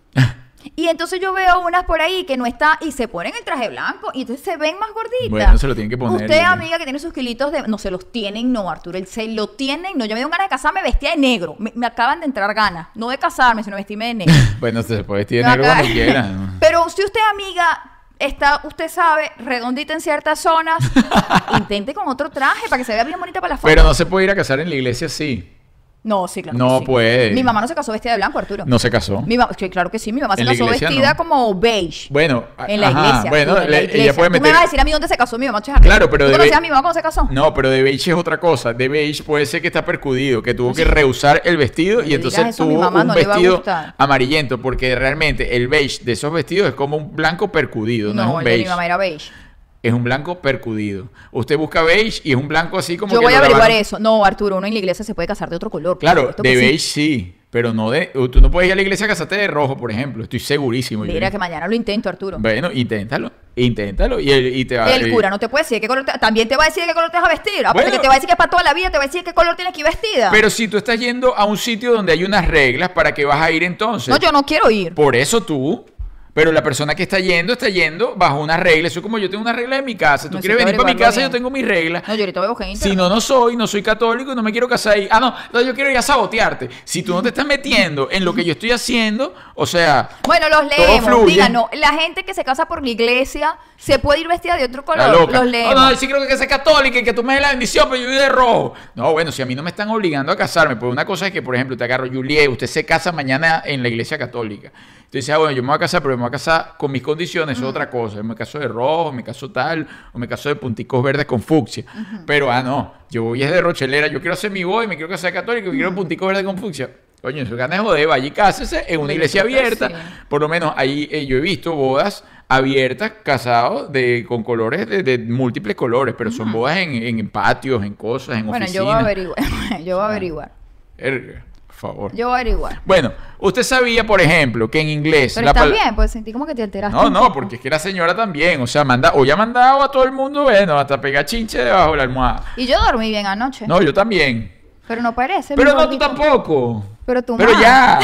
Y entonces yo veo unas por ahí que no está y se ponen el traje blanco y entonces se ven más gorditas. Bueno, se lo tienen que poner. Usted, amiga, que tiene sus kilitos de... No, se los tienen, no, Arturo, se lo tienen, no. Yo me dio ganas de casarme vestida de negro. Me acaban de entrar ganas, no de casarme, sino vestirme de negro. Bueno, se puede vestir de No, negro acá- cuando quiera, ¿no? Pero si usted, amiga, está, usted sabe, redondita en ciertas zonas, intente con otro traje para que se vea bien bonita para la foto. Pero no se puede ir a casar en la iglesia así. No, sí, claro No que sí. puede. Mi mamá no se casó vestida de blanco, Arturo. No se casó. Que claro que sí, mi mamá se En la casó iglesia, vestida no. como beige. Bueno, En la ajá, iglesia. bueno, sí, en la ella iglesia. puede Tú me meter. vas a decir a mí dónde se casó mi mamá. Claro, pero ¿Tú de conocías be- a mi mamá cuando se casó? No, pero de beige es otra cosa. De beige puede ser que está percudido, que tuvo que rehusar el vestido No y le entonces digas eso a mi tuvo mamá, un no le va a vestido gustar. amarillento, porque realmente el beige de esos vestidos es como un blanco percudido, no, es un el de beige. mi mamá era beige. Es un blanco percudido. Usted busca beige y es un blanco así como Yo que voy a lo averiguar lavaron- eso. No, Arturo, uno en la iglesia se puede casar de otro color. Claro, por supuesto de que sí. beige sí, pero no de... Tú no puedes ir a la iglesia a casarte de rojo, por ejemplo. Estoy segurísimo. Mira Yuri. que mañana lo intento, Arturo. Bueno, inténtalo. Y te va El cura no te puede decir de qué color también te va a decir de qué color te vas a vestir. Aparte Bueno. que te va a decir que es para toda la vida, te va a decir qué color tienes que ir vestida. Pero si tú estás yendo a un sitio donde hay unas reglas, ¿para qué vas a ir entonces? No, yo no quiero ir. Por eso tú... Pero la persona que está yendo bajo una regla. Eso es como yo tengo una regla en mi casa. Tú No, quieres sí, venir para mi averiguarlo casa, bien. yo tengo mis reglas. No, yo ahorita voy a buscar en Si internet. no soy católico y no me quiero casar ahí. No, yo quiero ir a sabotearte. Si tú no te estás metiendo en lo que yo estoy haciendo, o sea... Bueno, los todo leemos. fluye. Díganos, la gente que se casa por la iglesia se puede ir vestida de otro La color. loca. Los leemos. No, sí creo que sea católica y que tú me des la bendición, pero yo voy de rojo. No, bueno, si a mí no me están obligando a casarme, pues una cosa es que, por ejemplo, te agarro, Juliet, usted se casa mañana en la iglesia católica. Entonces dice, bueno, yo me voy a casar, pero me voy a casar con mis condiciones, eso es otra cosa. Yo me caso de rojo, me caso tal, o me caso de punticos verdes con fucsia. Pero, no, yo voy es de rochelera, yo quiero hacer mi boda y me quiero casar católico y quiero punticos verdes con fucsia. Coño, eso gana de joder, vaya y cásese en una Pero iglesia yo creo que abierta. sí. Por lo menos ahí yo he visto bodas abiertas, casados con colores de múltiples colores, pero son bodas en patios, en cosas, en Bueno, oficinas. yo voy a averiguar. Yo voy a averiguar. Erga, por favor. Yo voy a averiguar. Bueno, usted sabía, por ejemplo, que en inglés... Pero la está pal- bien, pues sentí como que te alteraste. No, un no, poco. porque es que la señora también, o sea, ya ha mandado a todo el mundo, bueno, hasta pegar chinche debajo de la almohada. Y yo dormí bien anoche. No, yo también. Pero no parece. Pero mi no, tú gordito. tampoco. Pero tú Pero más. ya.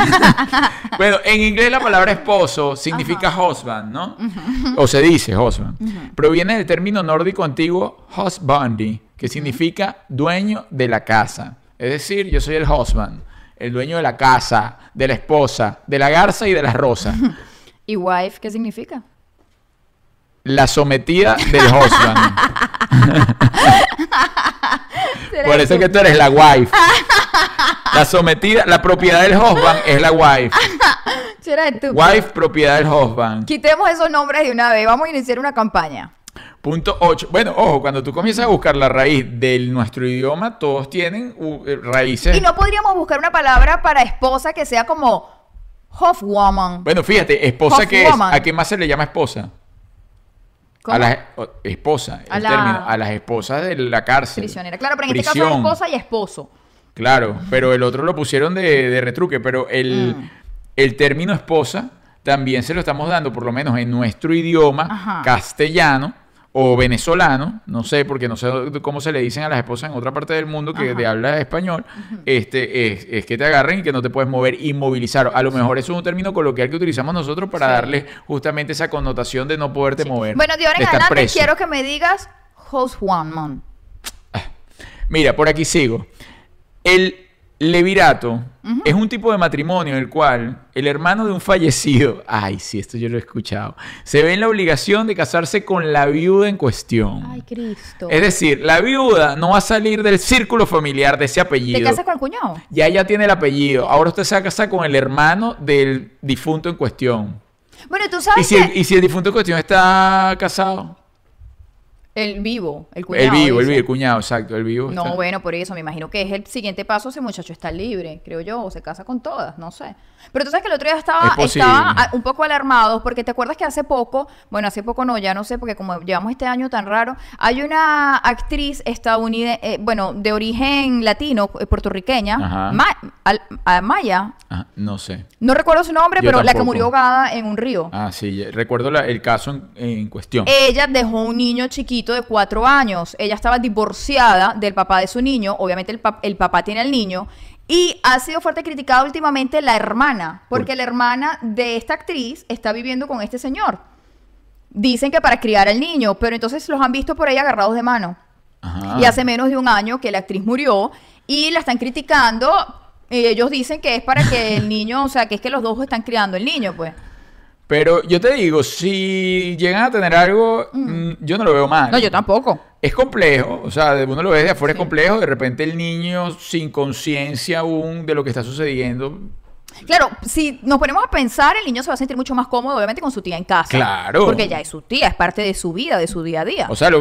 Bueno, en inglés la palabra esposo significa husband, ¿no? O se dice husband. Proviene del término nórdico antiguo husbandi, que significa dueño de la casa. Es decir, yo soy el husband, el dueño de la casa, de la esposa, de la garza y de la rosa. ¿Y wife qué significa? La sometida del husband. Por eso es que tú eres la wife. La sometida, la propiedad del husband es la wife. Será estúpido. Wife, propiedad del husband. Quitemos esos nombres de una vez. Vamos a iniciar una campaña. Punto 8. Bueno, ojo, cuando tú comienzas a buscar la raíz de nuestro idioma, todos tienen raíces. Y no podríamos buscar una palabra para esposa que sea como Hofwoman. Bueno, fíjate, esposa, ¿qué es? Hofwoman. ¿A qué más se le llama esposa? ¿Cómo? A las esposa, A el la- término, a las esposas de la cárcel. Prisionera. Claro, pero en este caso es Prisión. esposa y esposo. Claro, pero el otro lo pusieron de retruque, pero el término esposa también se lo estamos dando, por lo menos en nuestro idioma Ajá. castellano o venezolano, no sé, porque no sé cómo se le dicen a las esposas en otra parte del mundo que Ajá. de habla español, es que te agarren y que no te puedes mover, inmovilizar. A lo mejor eso es un término coloquial que utilizamos nosotros para Sí. darle justamente esa connotación de no poderte mover. Bueno, de ahora de en estar adelante preso. quiero que me digas Hofwoman. Mira, por aquí sigo. El levirato es un tipo de matrimonio en el cual el hermano de un fallecido, ay, sí, esto yo lo he escuchado, se ve en la obligación de casarse con la viuda en cuestión. Ay, Cristo. Es decir, la viuda no va a salir del círculo familiar de ese ¿Te apellido. casas con el cuñado? Ya tiene el apellido. Ahora usted se va a casar con el hermano del difunto en cuestión. Bueno, tú ¿Y sabes si, que y si el difunto en cuestión está casado? el vivo, el cuñado. El vivo, dice. el cuñado, exacto, el vivo. No, está- bueno, por eso me imagino que es el siguiente paso. Ese muchacho está libre, creo yo, o se casa con todas, no sé. Pero tú sabes que el otro día Es posible. estaba un poco alarmados porque te acuerdas que hace poco, bueno, hace poco no, ya no sé, porque como llevamos este año tan raro, hay una actriz estadounidense, bueno, de origen latino, puertorriqueña, Ajá. Maya, Ah, no sé. no recuerdo su nombre, Yo pero la que tampoco. murió ahogada en un río. Ah, sí, recuerdo el caso en cuestión. Ella dejó un niño chiquito de 4 años. Ella estaba divorciada del papá de su niño. Obviamente el papá tiene al niño. Y ha sido fuerte criticada últimamente la hermana. Porque la hermana de esta actriz está viviendo con este señor. Dicen que para criar al niño. Pero entonces los han visto por ahí agarrados de mano. Ajá. Y hace menos de un año que la actriz murió. Y la están criticando. Y ellos dicen que es para que el niño, o sea, que es que los dos están criando el niño, pues. Pero yo te digo, si llegan a tener algo, yo no lo veo mal. No, yo tampoco. Es complejo, o sea, uno lo ve de afuera, Sí. es complejo. De repente el niño sin conciencia aún de lo que está sucediendo. Claro, si nos ponemos a pensar, el niño se va a sentir mucho más cómodo, obviamente, con su tía en casa. Claro. Porque ya es su tía, es parte de su vida, de su día a día. O sea,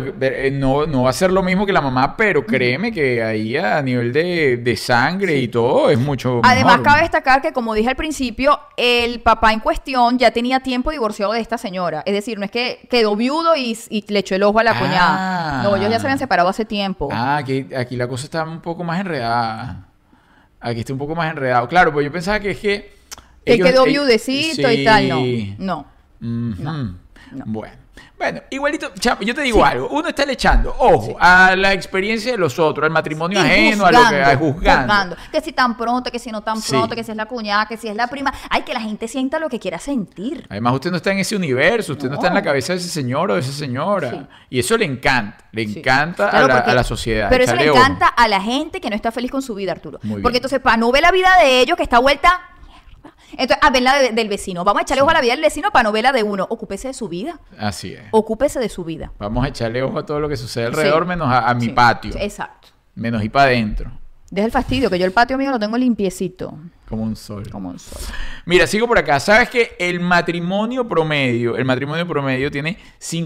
no va a ser lo mismo que la mamá, pero créeme que ahí a nivel de sangre y todo es mucho Además, mejor. cabe destacar que, como dije al principio, el papá en cuestión ya tenía tiempo divorciado de esta señora. Es decir, no es que quedó viudo y le echó el ojo a la cuñada. No, ellos ya se habían separado hace tiempo. Ah, aquí la cosa está un poco más enredada. Aquí está un poco más enredado. Claro, pues yo pensaba que es que... Que quedó ellos- viudecito y sí. tal. No. Ujú. no. Bueno, igualito, chamo, yo te digo algo. Uno está le echando, ojo, a la experiencia de los otros, al matrimonio Y ajeno, a lo que juzgando. Que si tan pronto, que si no tan Sí. pronto, que si es la cuñada, que si es la prima. Ay, que la gente sienta lo que quiera sentir. Además, usted no está en ese universo, usted no está en la No. cabeza de ese señor o de esa señora. Sí. Y eso le encanta Sí. a Claro, la, porque- a la sociedad. Pero eso le Échale ojo. encanta a la gente que no está feliz con su vida, Arturo. Muy bien. Porque entonces, para no ver la vida de ellos, que está vuelta. Entonces, a ver la del vecino. Vamos a echarle ojo a la vida del vecino para no ver la de uno. Ocúpese de su vida. Así es. Ocúpese de su vida. Vamos a echarle ojo a todo lo que sucede alrededor, Sí. menos a mi Sí. patio. Sí, exacto. Menos ir para adentro, Deja el fastidio, que yo el patio mío lo tengo limpiecito. como un sol. Como un sol. Mira, sigo por acá. ¿Sabes que el matrimonio promedio tiene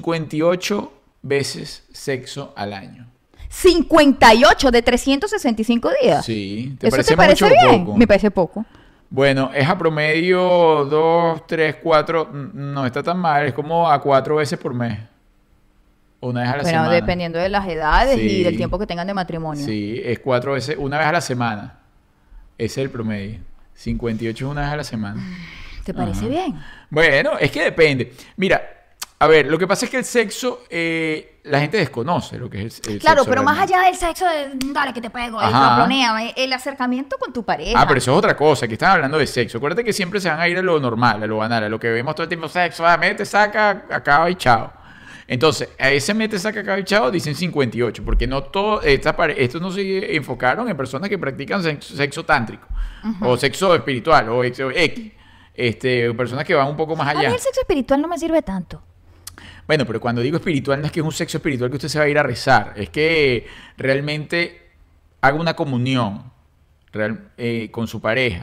58 veces sexo al año? 58 de 365 días. Sí. ¿Te ¿Eso parece te parece mucho o bien? poco? Me parece poco. Bueno, es a promedio 2, 3, 4. No está tan mal. Es como a 4 veces por mes. Una vez a la Bueno, semana. dependiendo de las edades Sí. y del tiempo que tengan de matrimonio. Sí, es 4 veces, una vez a la semana. Ese es el promedio. 58 es una vez a la semana. ¿Te parece Ajá. bien? Bueno, es que depende. Mira, a ver, lo que pasa es que el sexo, la gente desconoce lo que es el Claro, sexo pero más realmente. allá del sexo de dale que te pego, el Ajá. proplonéame, el acercamiento con tu pareja. Ah, pero eso es otra cosa, que están hablando de sexo. Acuérdate que siempre se van a ir a lo normal, a lo banal, a lo que vemos todo el tiempo, sexo, mete, saca, acaba y chao. Entonces, a ese mete, saca, acaba y chao dicen 58, porque no todo, estos no se enfocaron en personas que practican sexo tántrico, o sexo espiritual, o sexo X. Personas que van un poco más A mí allá. el sexo espiritual no me sirve tanto. Bueno, pero cuando digo espiritual no es que es un sexo espiritual que usted se va a ir a rezar, es que realmente haga una comunión con su pareja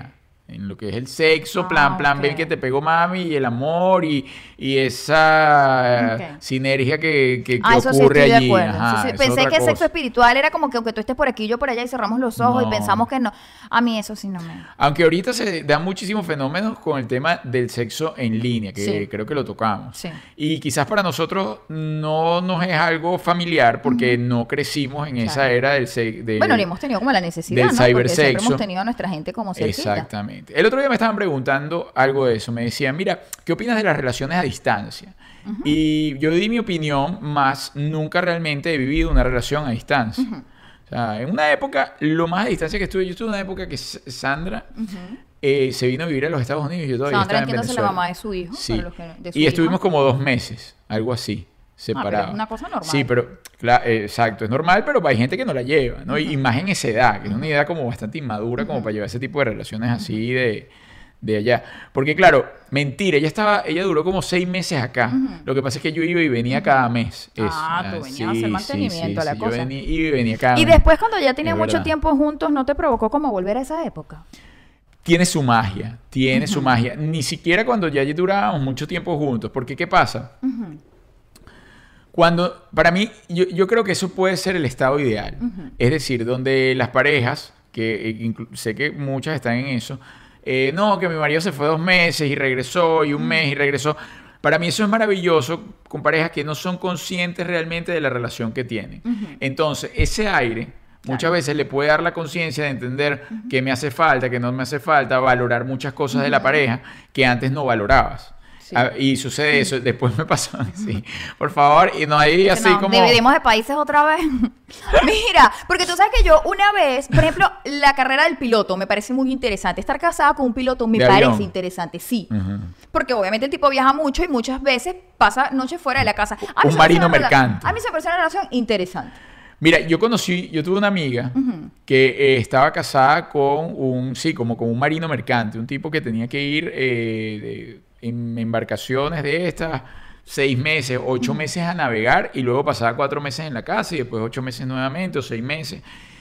en lo que es el sexo, plan B ok. que te pegó mami, y el amor y esa Ok. sinergia que Eso sí ocurre estoy de allí. acuerdo. Ajá, Sí, sí. eso es Pensé otra que el sexo cosa. espiritual era como que aunque tú estés por aquí, yo por allá y cerramos los ojos y No. pensamos que no. A mí eso sí no me... Aunque ahorita se dan muchísimos fenómenos con el tema del sexo en línea, que Sí. creo que lo tocamos. Sí. Y quizás para nosotros no nos es algo familiar porque no crecimos en esa Claro. era del Bueno, ni hemos tenido como la necesidad, del ¿no? Porque siempre cibersexo. hemos tenido a nuestra gente como cerquita. Exactamente. El otro día me estaban preguntando algo de eso. Me decían, mira, ¿qué opinas de las relaciones a distancia? Y yo di mi opinión, más nunca realmente he vivido una relación a distancia. O sea, en una época, lo más a distancia que estuve, yo estuve en una época que Sandra se vino a vivir a los Estados Unidos y yo todavía Sandra, estaba en entiéndase, la Venezuela. mamá de su hijo. Sí. para los que- de su Y hija. estuvimos como 2 meses, algo así, pero separados. es una cosa normal. Sí, pero, exacto, es normal, pero hay gente que no la lleva, ¿no? Y más en esa edad, que es una edad como bastante inmadura como para llevar ese tipo de relaciones así de allá. Porque claro, mentira, ella duró como 6 meses acá. Lo que pasa es que yo iba y venía cada mes. Eso. Tú venías a hacer mantenimiento a la yo cosa. venía, iba y venía cada Y mes. después, cuando ya tenían Es mucho verdad. tiempo juntos, ¿no te provocó como volver a esa época? Tiene su magia, tiene su magia. Ni siquiera cuando ya durábamos mucho tiempo juntos. Porque, ¿qué pasa? Cuando, para mí, yo creo que eso puede ser el estado ideal. Es decir, donde las parejas, que sé que muchas están en eso, no, que mi marido se fue 2 meses y regresó, y 1 mes y regresó. Para mí eso es maravilloso con parejas que no son conscientes realmente de la relación que tienen. Entonces, ese aire muchas veces le puede dar la conciencia de entender qué me hace falta, qué no me hace falta, valorar muchas cosas de la pareja que antes no valorabas. Sí. Y sucede eso, después me pasó así. Por favor, y no hay así No, como... dividimos de países otra vez. Mira, porque tú sabes que yo una vez, por ejemplo, la carrera del piloto me parece muy interesante. Estar casada con un piloto me ¿De parece avión? interesante, sí. Ujú. Porque obviamente el tipo viaja mucho y muchas veces pasa noches fuera de la casa. A mí Un se me parece marino una rela- mercante. A mí se me parece una relación interesante. Mira, yo tuve una amiga que estaba casada con como con un marino mercante, un tipo que tenía que ir en embarcaciones de estas 6 meses, 8 meses a navegar y luego pasaba 4 meses en la casa y después 8 meses nuevamente o 6 meses.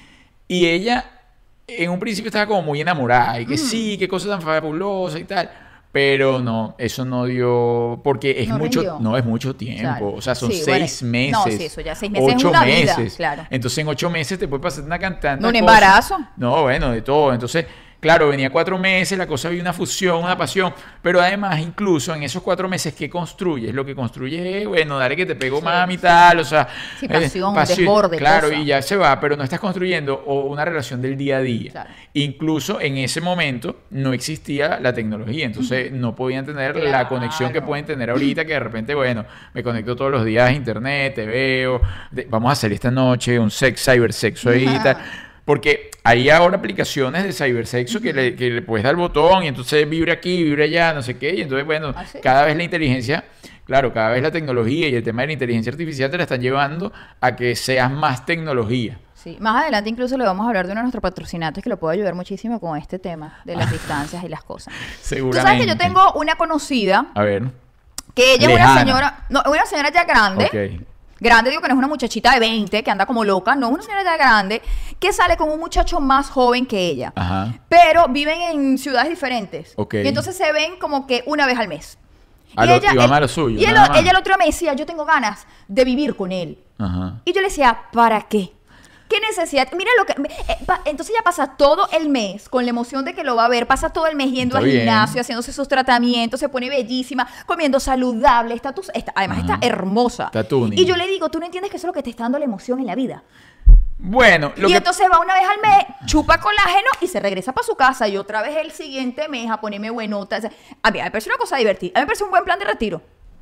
Y ella en un principio estaba como muy enamorada y que sí, qué cosa tan fabulosa y tal. Pero no, eso no dio, porque es No mucho, rindió. no es mucho tiempo, Claro. o sea, son Sí, 6 bueno, meses. no, sí, eso ya 6 meses es 8 una vida, meses. claro. Entonces en 8 meses te puede pasar una cantante. ¿Un embarazo? No, bueno, de todo. Entonces, claro, venía 4 meses, la cosa había una fusión, una pasión, pero además incluso en esos 4 meses, ¿qué construyes? Lo que construyes es, bueno, dale que te pegó Sí, mami y sí. tal, o sea... Sí, pasión, desborde, claro, cosa. y ya se va, pero no estás construyendo una relación del día a día. Claro. Incluso en ese momento no existía la tecnología, entonces no podían tener la Claro. conexión que pueden tener ahorita, que de repente, bueno, me conecto todos los días a internet, te veo, vamos a salir esta noche, un cybersexo ahí y tal. Porque hay ahora aplicaciones de cibersexo que le puedes dar el botón y entonces vibra aquí, vibra allá, no sé qué. Y entonces, bueno, ¿Ah, sí? cada vez la inteligencia, claro, cada vez la tecnología y el tema de la inteligencia artificial te la están llevando a que seas más tecnología. Sí, más adelante incluso le vamos a hablar de uno de nuestros patrocinantes que lo puede ayudar muchísimo con este tema de las distancias y las cosas. Tú Seguramente. sabes que yo tengo una conocida A ver. que ella es Lejana. una señora, no, una señora ya grande. Ok. Grande, digo que no es una muchachita de 20 que anda como loca, no, es una señora ya grande que sale con un muchacho más joven que ella. Ajá. Pero viven en ciudades diferentes. Ok. Y entonces se ven como que una vez al mes. Y van a lo suyo, Y nada más. ella el otro día me decía, yo tengo ganas de vivir con él. Ajá. Y yo le decía, ¿para qué? ¿Qué necesidad? Mira lo que... entonces ya pasa todo el mes con la emoción de que lo va a ver. Pasa todo el mes yendo Está al bien. gimnasio, haciéndose sus tratamientos, se pone bellísima, comiendo saludable. Además Ajá. está hermosa. Está tuning. Y yo le digo, tú no entiendes que eso es lo que te está dando la emoción en la vida. Bueno, Y entonces va una vez al mes, chupa colágeno y se regresa para su casa. Y otra vez el siguiente mes a ponerme buenota. O sea, a mí me parece una cosa divertida. A mí me parece un buen plan de retiro.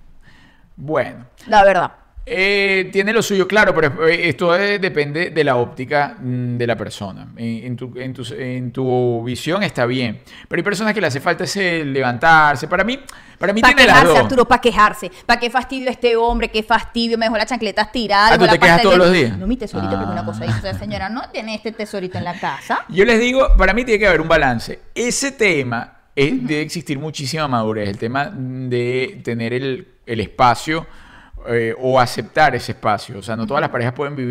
Bueno. La verdad. Tiene lo suyo, claro, pero esto depende de la óptica de la persona. En tu visión está bien. Pero hay personas que le hace falta ese levantarse. Para mí Para tiene las quejarse, dos. Arturo, para quejarse. ¿Para qué fastidio este hombre? ¿Qué fastidio? Me dejó las chancletas tiradas. Ah, ¿tú dejó te la quejas pasta todos en los el- días? No, mi tesorito, porque una cosa Ah. dice, o sea, señora, no tiene este tesorito en la casa. Yo les digo, para mí tiene que haber un balance. Ese tema debe existir muchísima madurez. El tema de tener el espacio o aceptar ese espacio. O sea, no todas las parejas pueden vivir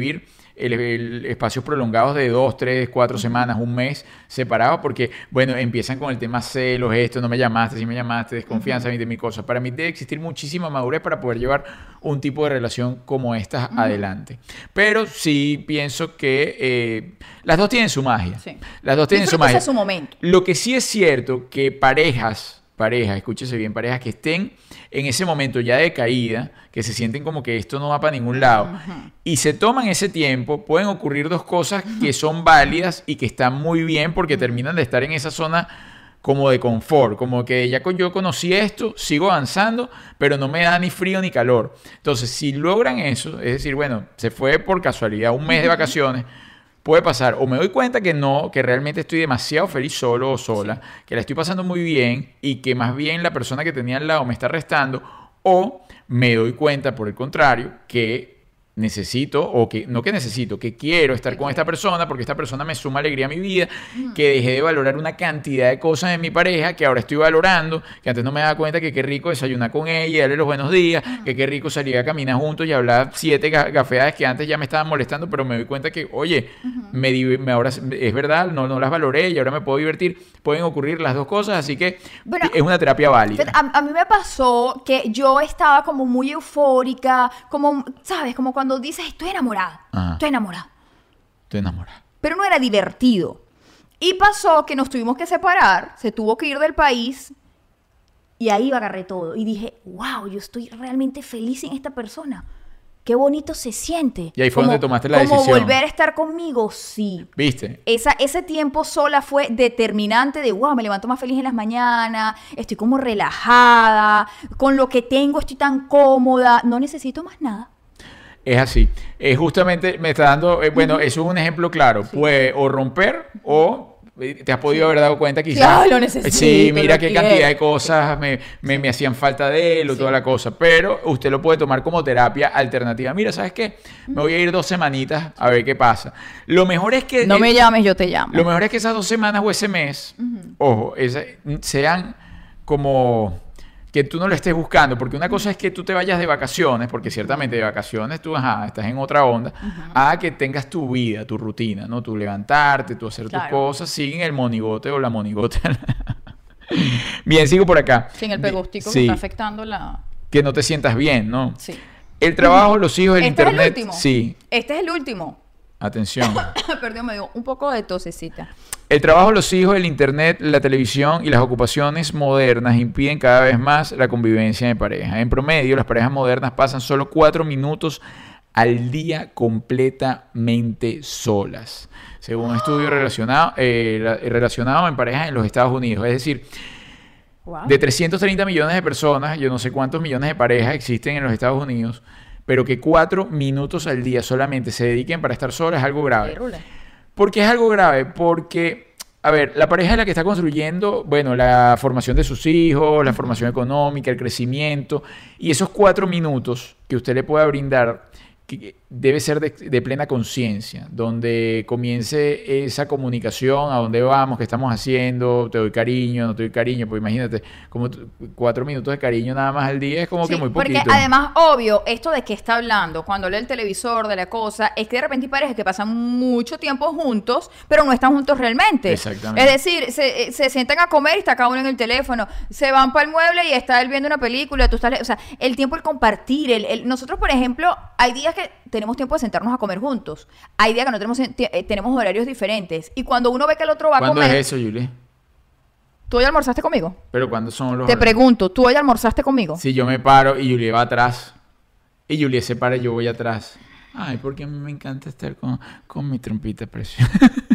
espacios prolongados de 2, 3, 4 semanas, un mes separados, porque, bueno, empiezan con el tema celos, esto, no me llamaste, si me llamaste, desconfianza, 20.000 cosas. Para mí debe existir muchísima madurez para poder llevar un tipo de relación como esta adelante. Pero sí pienso que las dos tienen su magia. Sí. Las dos tienen su magia. Su momento. Lo que sí es cierto que parejas, escúchese bien, parejas que estén en ese momento ya de caída, que se sienten como que esto no va para ningún lado, y se toman ese tiempo, pueden ocurrir dos cosas que son válidas y que están muy bien porque terminan de estar en esa zona como de confort, como que ya yo conocí esto, sigo avanzando, pero no me da ni frío ni calor. Entonces, si logran eso, es decir, bueno, se fue por casualidad un mes de vacaciones, puede pasar, o me doy cuenta que no, que realmente estoy demasiado feliz solo o sola, que la estoy pasando muy bien y que más bien la persona que tenía al lado me está restando, o me doy cuenta, por el contrario, que necesito, o que no que necesito, que quiero estar con esta persona porque esta persona me suma alegría a mi vida, que dejé de valorar una cantidad de cosas en mi pareja que ahora estoy valorando, que antes no me daba cuenta que qué rico desayunar con ella y darle los buenos días, que qué rico salir a caminar juntos y hablar 7 gafeadas que antes ya me estaban molestando, pero me doy cuenta que, oye, ahora es verdad, no las valoré y ahora me puedo divertir. Pueden ocurrir las dos cosas, así que bueno, es una terapia válida. A mí me pasó que yo estaba como muy eufórica, como, ¿sabes? Como cuando dices, estoy enamorada, Ajá. estoy enamorada. Estoy enamorada. Pero no era divertido. Y pasó que nos tuvimos que separar, se tuvo que ir del país y ahí agarré todo. Y dije, wow, yo estoy realmente feliz en esta persona. Qué bonito se siente. Y ahí fue donde tomaste la decisión. Como volver a estar conmigo, sí. ¿Viste? Ese tiempo sola fue determinante de, wow, me levanto más feliz en las mañanas, estoy como relajada, con lo que tengo estoy tan cómoda, no necesito más nada. Es así. Justamente me está dando, bueno, eso es un ejemplo claro. Sí. Puede o romper o te has podido haber dado cuenta quizás. Claro, lo necesito. Sí, mira qué cantidad de cosas me hacían falta de él o toda la cosa. Pero usted lo puede tomar como terapia alternativa. Mira, ¿sabes qué? Me voy a ir 2 semanitas a ver qué pasa. Lo mejor es que... No me llames, yo te llamo. Lo mejor es que esas 2 semanas o ese mes, ojo, sean como... que tú no lo estés buscando, porque una cosa es que tú te vayas de vacaciones, porque ciertamente de vacaciones tú estás en otra onda, a que tengas tu vida, tu rutina, ¿no? Tú levantarte, tú hacer tus cosas sin el monigote o la monigote. Bien, sigo por acá. Sin el pegústico que está afectando la... Que no te sientas bien, ¿no? Sí. El trabajo, los hijos, el internet... ¿Este es el último? Sí. Este es el último. Atención. Perdón, me dio un poco de tosecita. El trabajo, los hijos, el internet, la televisión y las ocupaciones modernas impiden cada vez más la convivencia de pareja. En promedio, las parejas modernas pasan solo 4 minutos al día completamente solas, según un estudio relacionado en parejas en los Estados Unidos. Es decir, de 330 millones de personas, yo no sé cuántos millones de parejas existen en los Estados Unidos, pero que 4 minutos al día solamente se dediquen para estar solas es algo grave. ¿Por qué es algo grave? Porque, a ver, la pareja es la que está construyendo, bueno, la formación de sus hijos, la formación económica, el crecimiento, y esos 4 minutos que usted le pueda brindar debe ser de plena conciencia, donde comience esa comunicación, a dónde vamos, qué estamos haciendo, te doy cariño, no te doy cariño, pues imagínate, como 4 minutos de cariño nada más al día es como que muy poquito. Porque además, obvio, esto de que está hablando, cuando lee el televisor, de la cosa, es que de repente hay parejas que pasan mucho tiempo juntos, pero no están juntos realmente. Exactamente. Es decir, se sientan a comer y está cada uno en el teléfono, se van para el mueble y está él viendo una película, tú estás, o sea, el tiempo, el compartir, nosotros, por ejemplo, hay días que tenemos tiempo de sentarnos a comer juntos. Hay días que no tenemos horarios diferentes. Y cuando uno ve que el otro va a comer... ¿Cuándo es eso, Julie? ¿Tú hoy almorzaste conmigo? ¿Pero cuándo son los Te pregunto, ¿tú hoy almorzaste conmigo? Si yo me paro y Julie va atrás. Y Julie se para y yo voy atrás. Ay, porque a mí me encanta estar con mi trompita preciosa.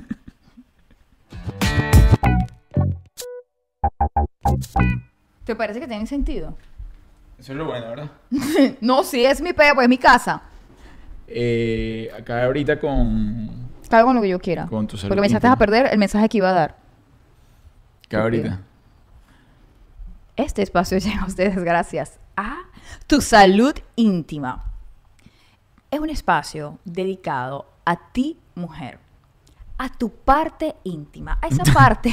¿Te parece que tiene sentido? Eso es lo bueno, ¿verdad? No, sí, es mi pues es mi casa. Acá ahorita con... Cada con lo que yo quiera. Con tu salud. Porque me echaste a perder el mensaje que iba a dar. Acá ahorita. Este espacio llega a ustedes gracias a Tu Salud Íntima. Es un espacio dedicado a ti, mujer. A tu parte íntima. A esa parte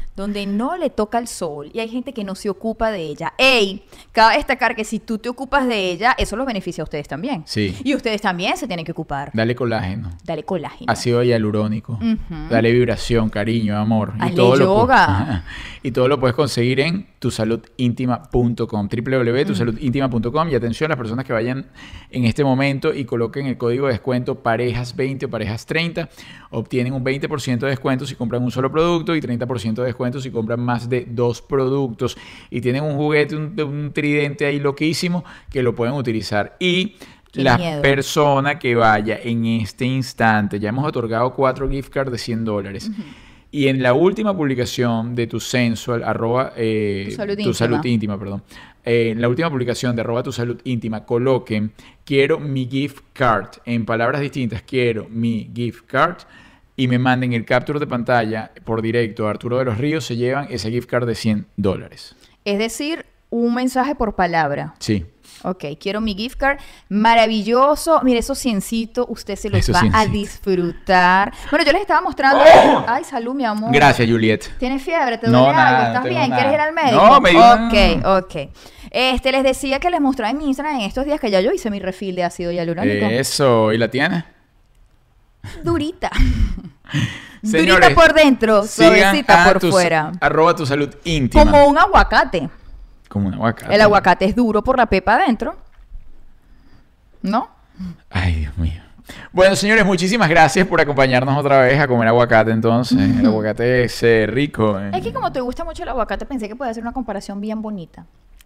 donde no le toca el sol y hay gente que no se ocupa de ella. ¡Ey! Cabe destacar que si tú te ocupas de ella, eso los beneficia a ustedes también. Sí. Y ustedes también se tienen que ocupar. Dale colágeno. Dale colágeno. Ácido hialurónico. Dale vibración, cariño, amor. Hazle yoga. Y todo lo puedes conseguir en tusaludintima.com. www.tusaludintima.com. Y atención a las personas que vayan en este momento y coloquen el código de descuento parejas20 o parejas30. Obtienen un 20% de descuento si compran un solo producto y 30% de descuento si compran más de 2 productos. Y tienen un juguete, un tridente ahí loquísimo que lo pueden utilizar. Y Qué la miedo. persona que vaya en este instante, ya hemos otorgado 4 gift cards de $100. Y en la última publicación de tu sensual, tu salud íntima, perdón. En la última publicación de @ tu salud íntima, coloquen quiero mi gift card. En palabras distintas, quiero mi gift card. Y me manden el capture de pantalla por directo a Arturo de los Ríos, se llevan ese gift card de $100. Es decir, un mensaje por palabra. Sí. Ok, quiero mi gift card. Maravilloso. Mire, esos ciencitos, usted se los Esos va a ciencitos. disfrutar. Bueno, yo les estaba mostrando. Ay, salud, mi amor. Gracias, Juliet. ¿Tienes fiebre? ¿Te No, duele nada, algo? no ¿Estás tengo bien? nada. ¿Quieres ir al médico? No, me dio- Ok. Les decía que les mostraba en mi Instagram en estos días que ya yo hice mi refill de ácido hialurónico. Eso, ¿y la tienes? Durita. Señores, Durita por dentro, sigan suavecita a por fuera. @ tu salud íntima. Como un aguacate. Como un aguacate. El aguacate es duro por la pepa adentro. ¿No? Ay, Dios mío. Bueno, señores, muchísimas gracias por acompañarnos otra vez a comer aguacate, entonces. El aguacate es rico. Es que como te gusta mucho el aguacate, pensé que podía hacer una comparación bien bonita.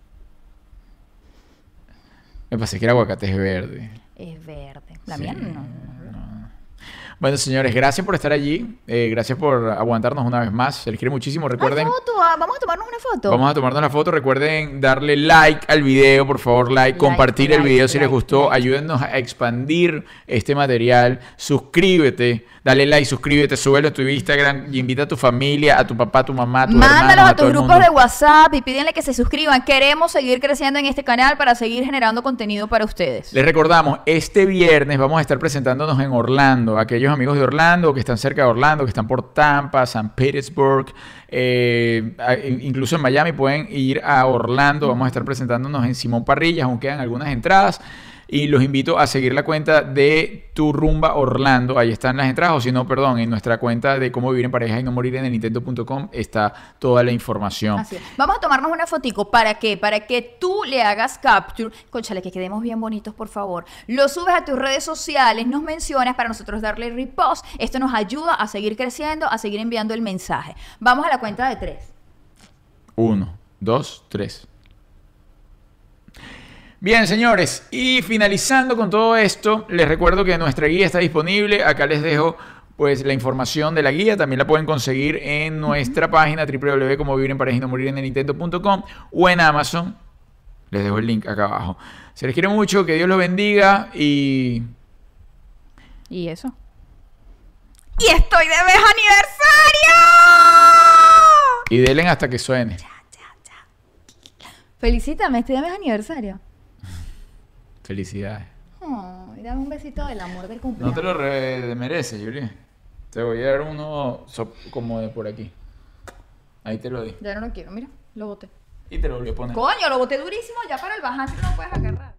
Me parece que el aguacate es verde. Es verde. La Sí, mía no. Bueno, señores, gracias por estar allí. Gracias por aguantarnos una vez más. Se les quiere muchísimo. Recuerden... Ay, foto, vamos a tomarnos una foto. Vamos a tomarnos la foto. Recuerden darle like al video, por favor, like, compartir el video si les gustó. Ayúdennos a expandir este material. Suscríbete, dale like, suscríbete, súbelo a tu Instagram y invita a tu familia, a tu papá, a tu mamá, a tu Mándalos hermano, a todo tus el grupos mundo. de WhatsApp y pídenle que se suscriban. Queremos seguir creciendo en este canal para seguir generando contenido para ustedes. Les recordamos, este viernes vamos a estar presentándonos en Orlando. Aquellos amigos de Orlando que están cerca de Orlando, que están por Tampa, San Petersburg, incluso en Miami pueden ir a Orlando. Vamos a estar presentándonos en Simón Parrillas, aún quedan algunas entradas. Y los invito a seguir la cuenta de Tu Rumba Orlando. Ahí están las entradas. O si no, perdón, en nuestra cuenta de Cómo Vivir en Pareja y No Morir en el Nintendo.com está toda la información. Así es. Vamos a tomarnos una fotico. ¿Para qué? Para que tú le hagas capture. Cónchale, que quedemos bien bonitos, por favor. Lo subes a tus redes sociales, nos mencionas para nosotros darle repost. Esto nos ayuda a seguir creciendo, a seguir enviando el mensaje. Vamos a la cuenta de 3. 1, 2, 3. Bien, señores, y finalizando con todo esto, les recuerdo que nuestra guía está disponible. Acá les dejo pues la información de la guía. También la pueden conseguir en nuestra página www.comovivirenpareja y no morir en el Nintendo.com o en Amazon. Les dejo el link acá abajo. Se les quiere mucho, que Dios los bendiga y... ¿Y eso? ¡Y estoy de mes aniversario! Y denle hasta que suene. Felicítame, estoy de mes aniversario. Felicidades. Oh, dame un besito del amor del No cumpleaños. te lo mereces, Yuri. Te voy a dar uno como de por aquí. Ahí te lo di. Ya no lo quiero, mira, lo boté. Y te lo voy a poner. Coño, lo boté durísimo, ya para el bajante no lo puedes agarrar.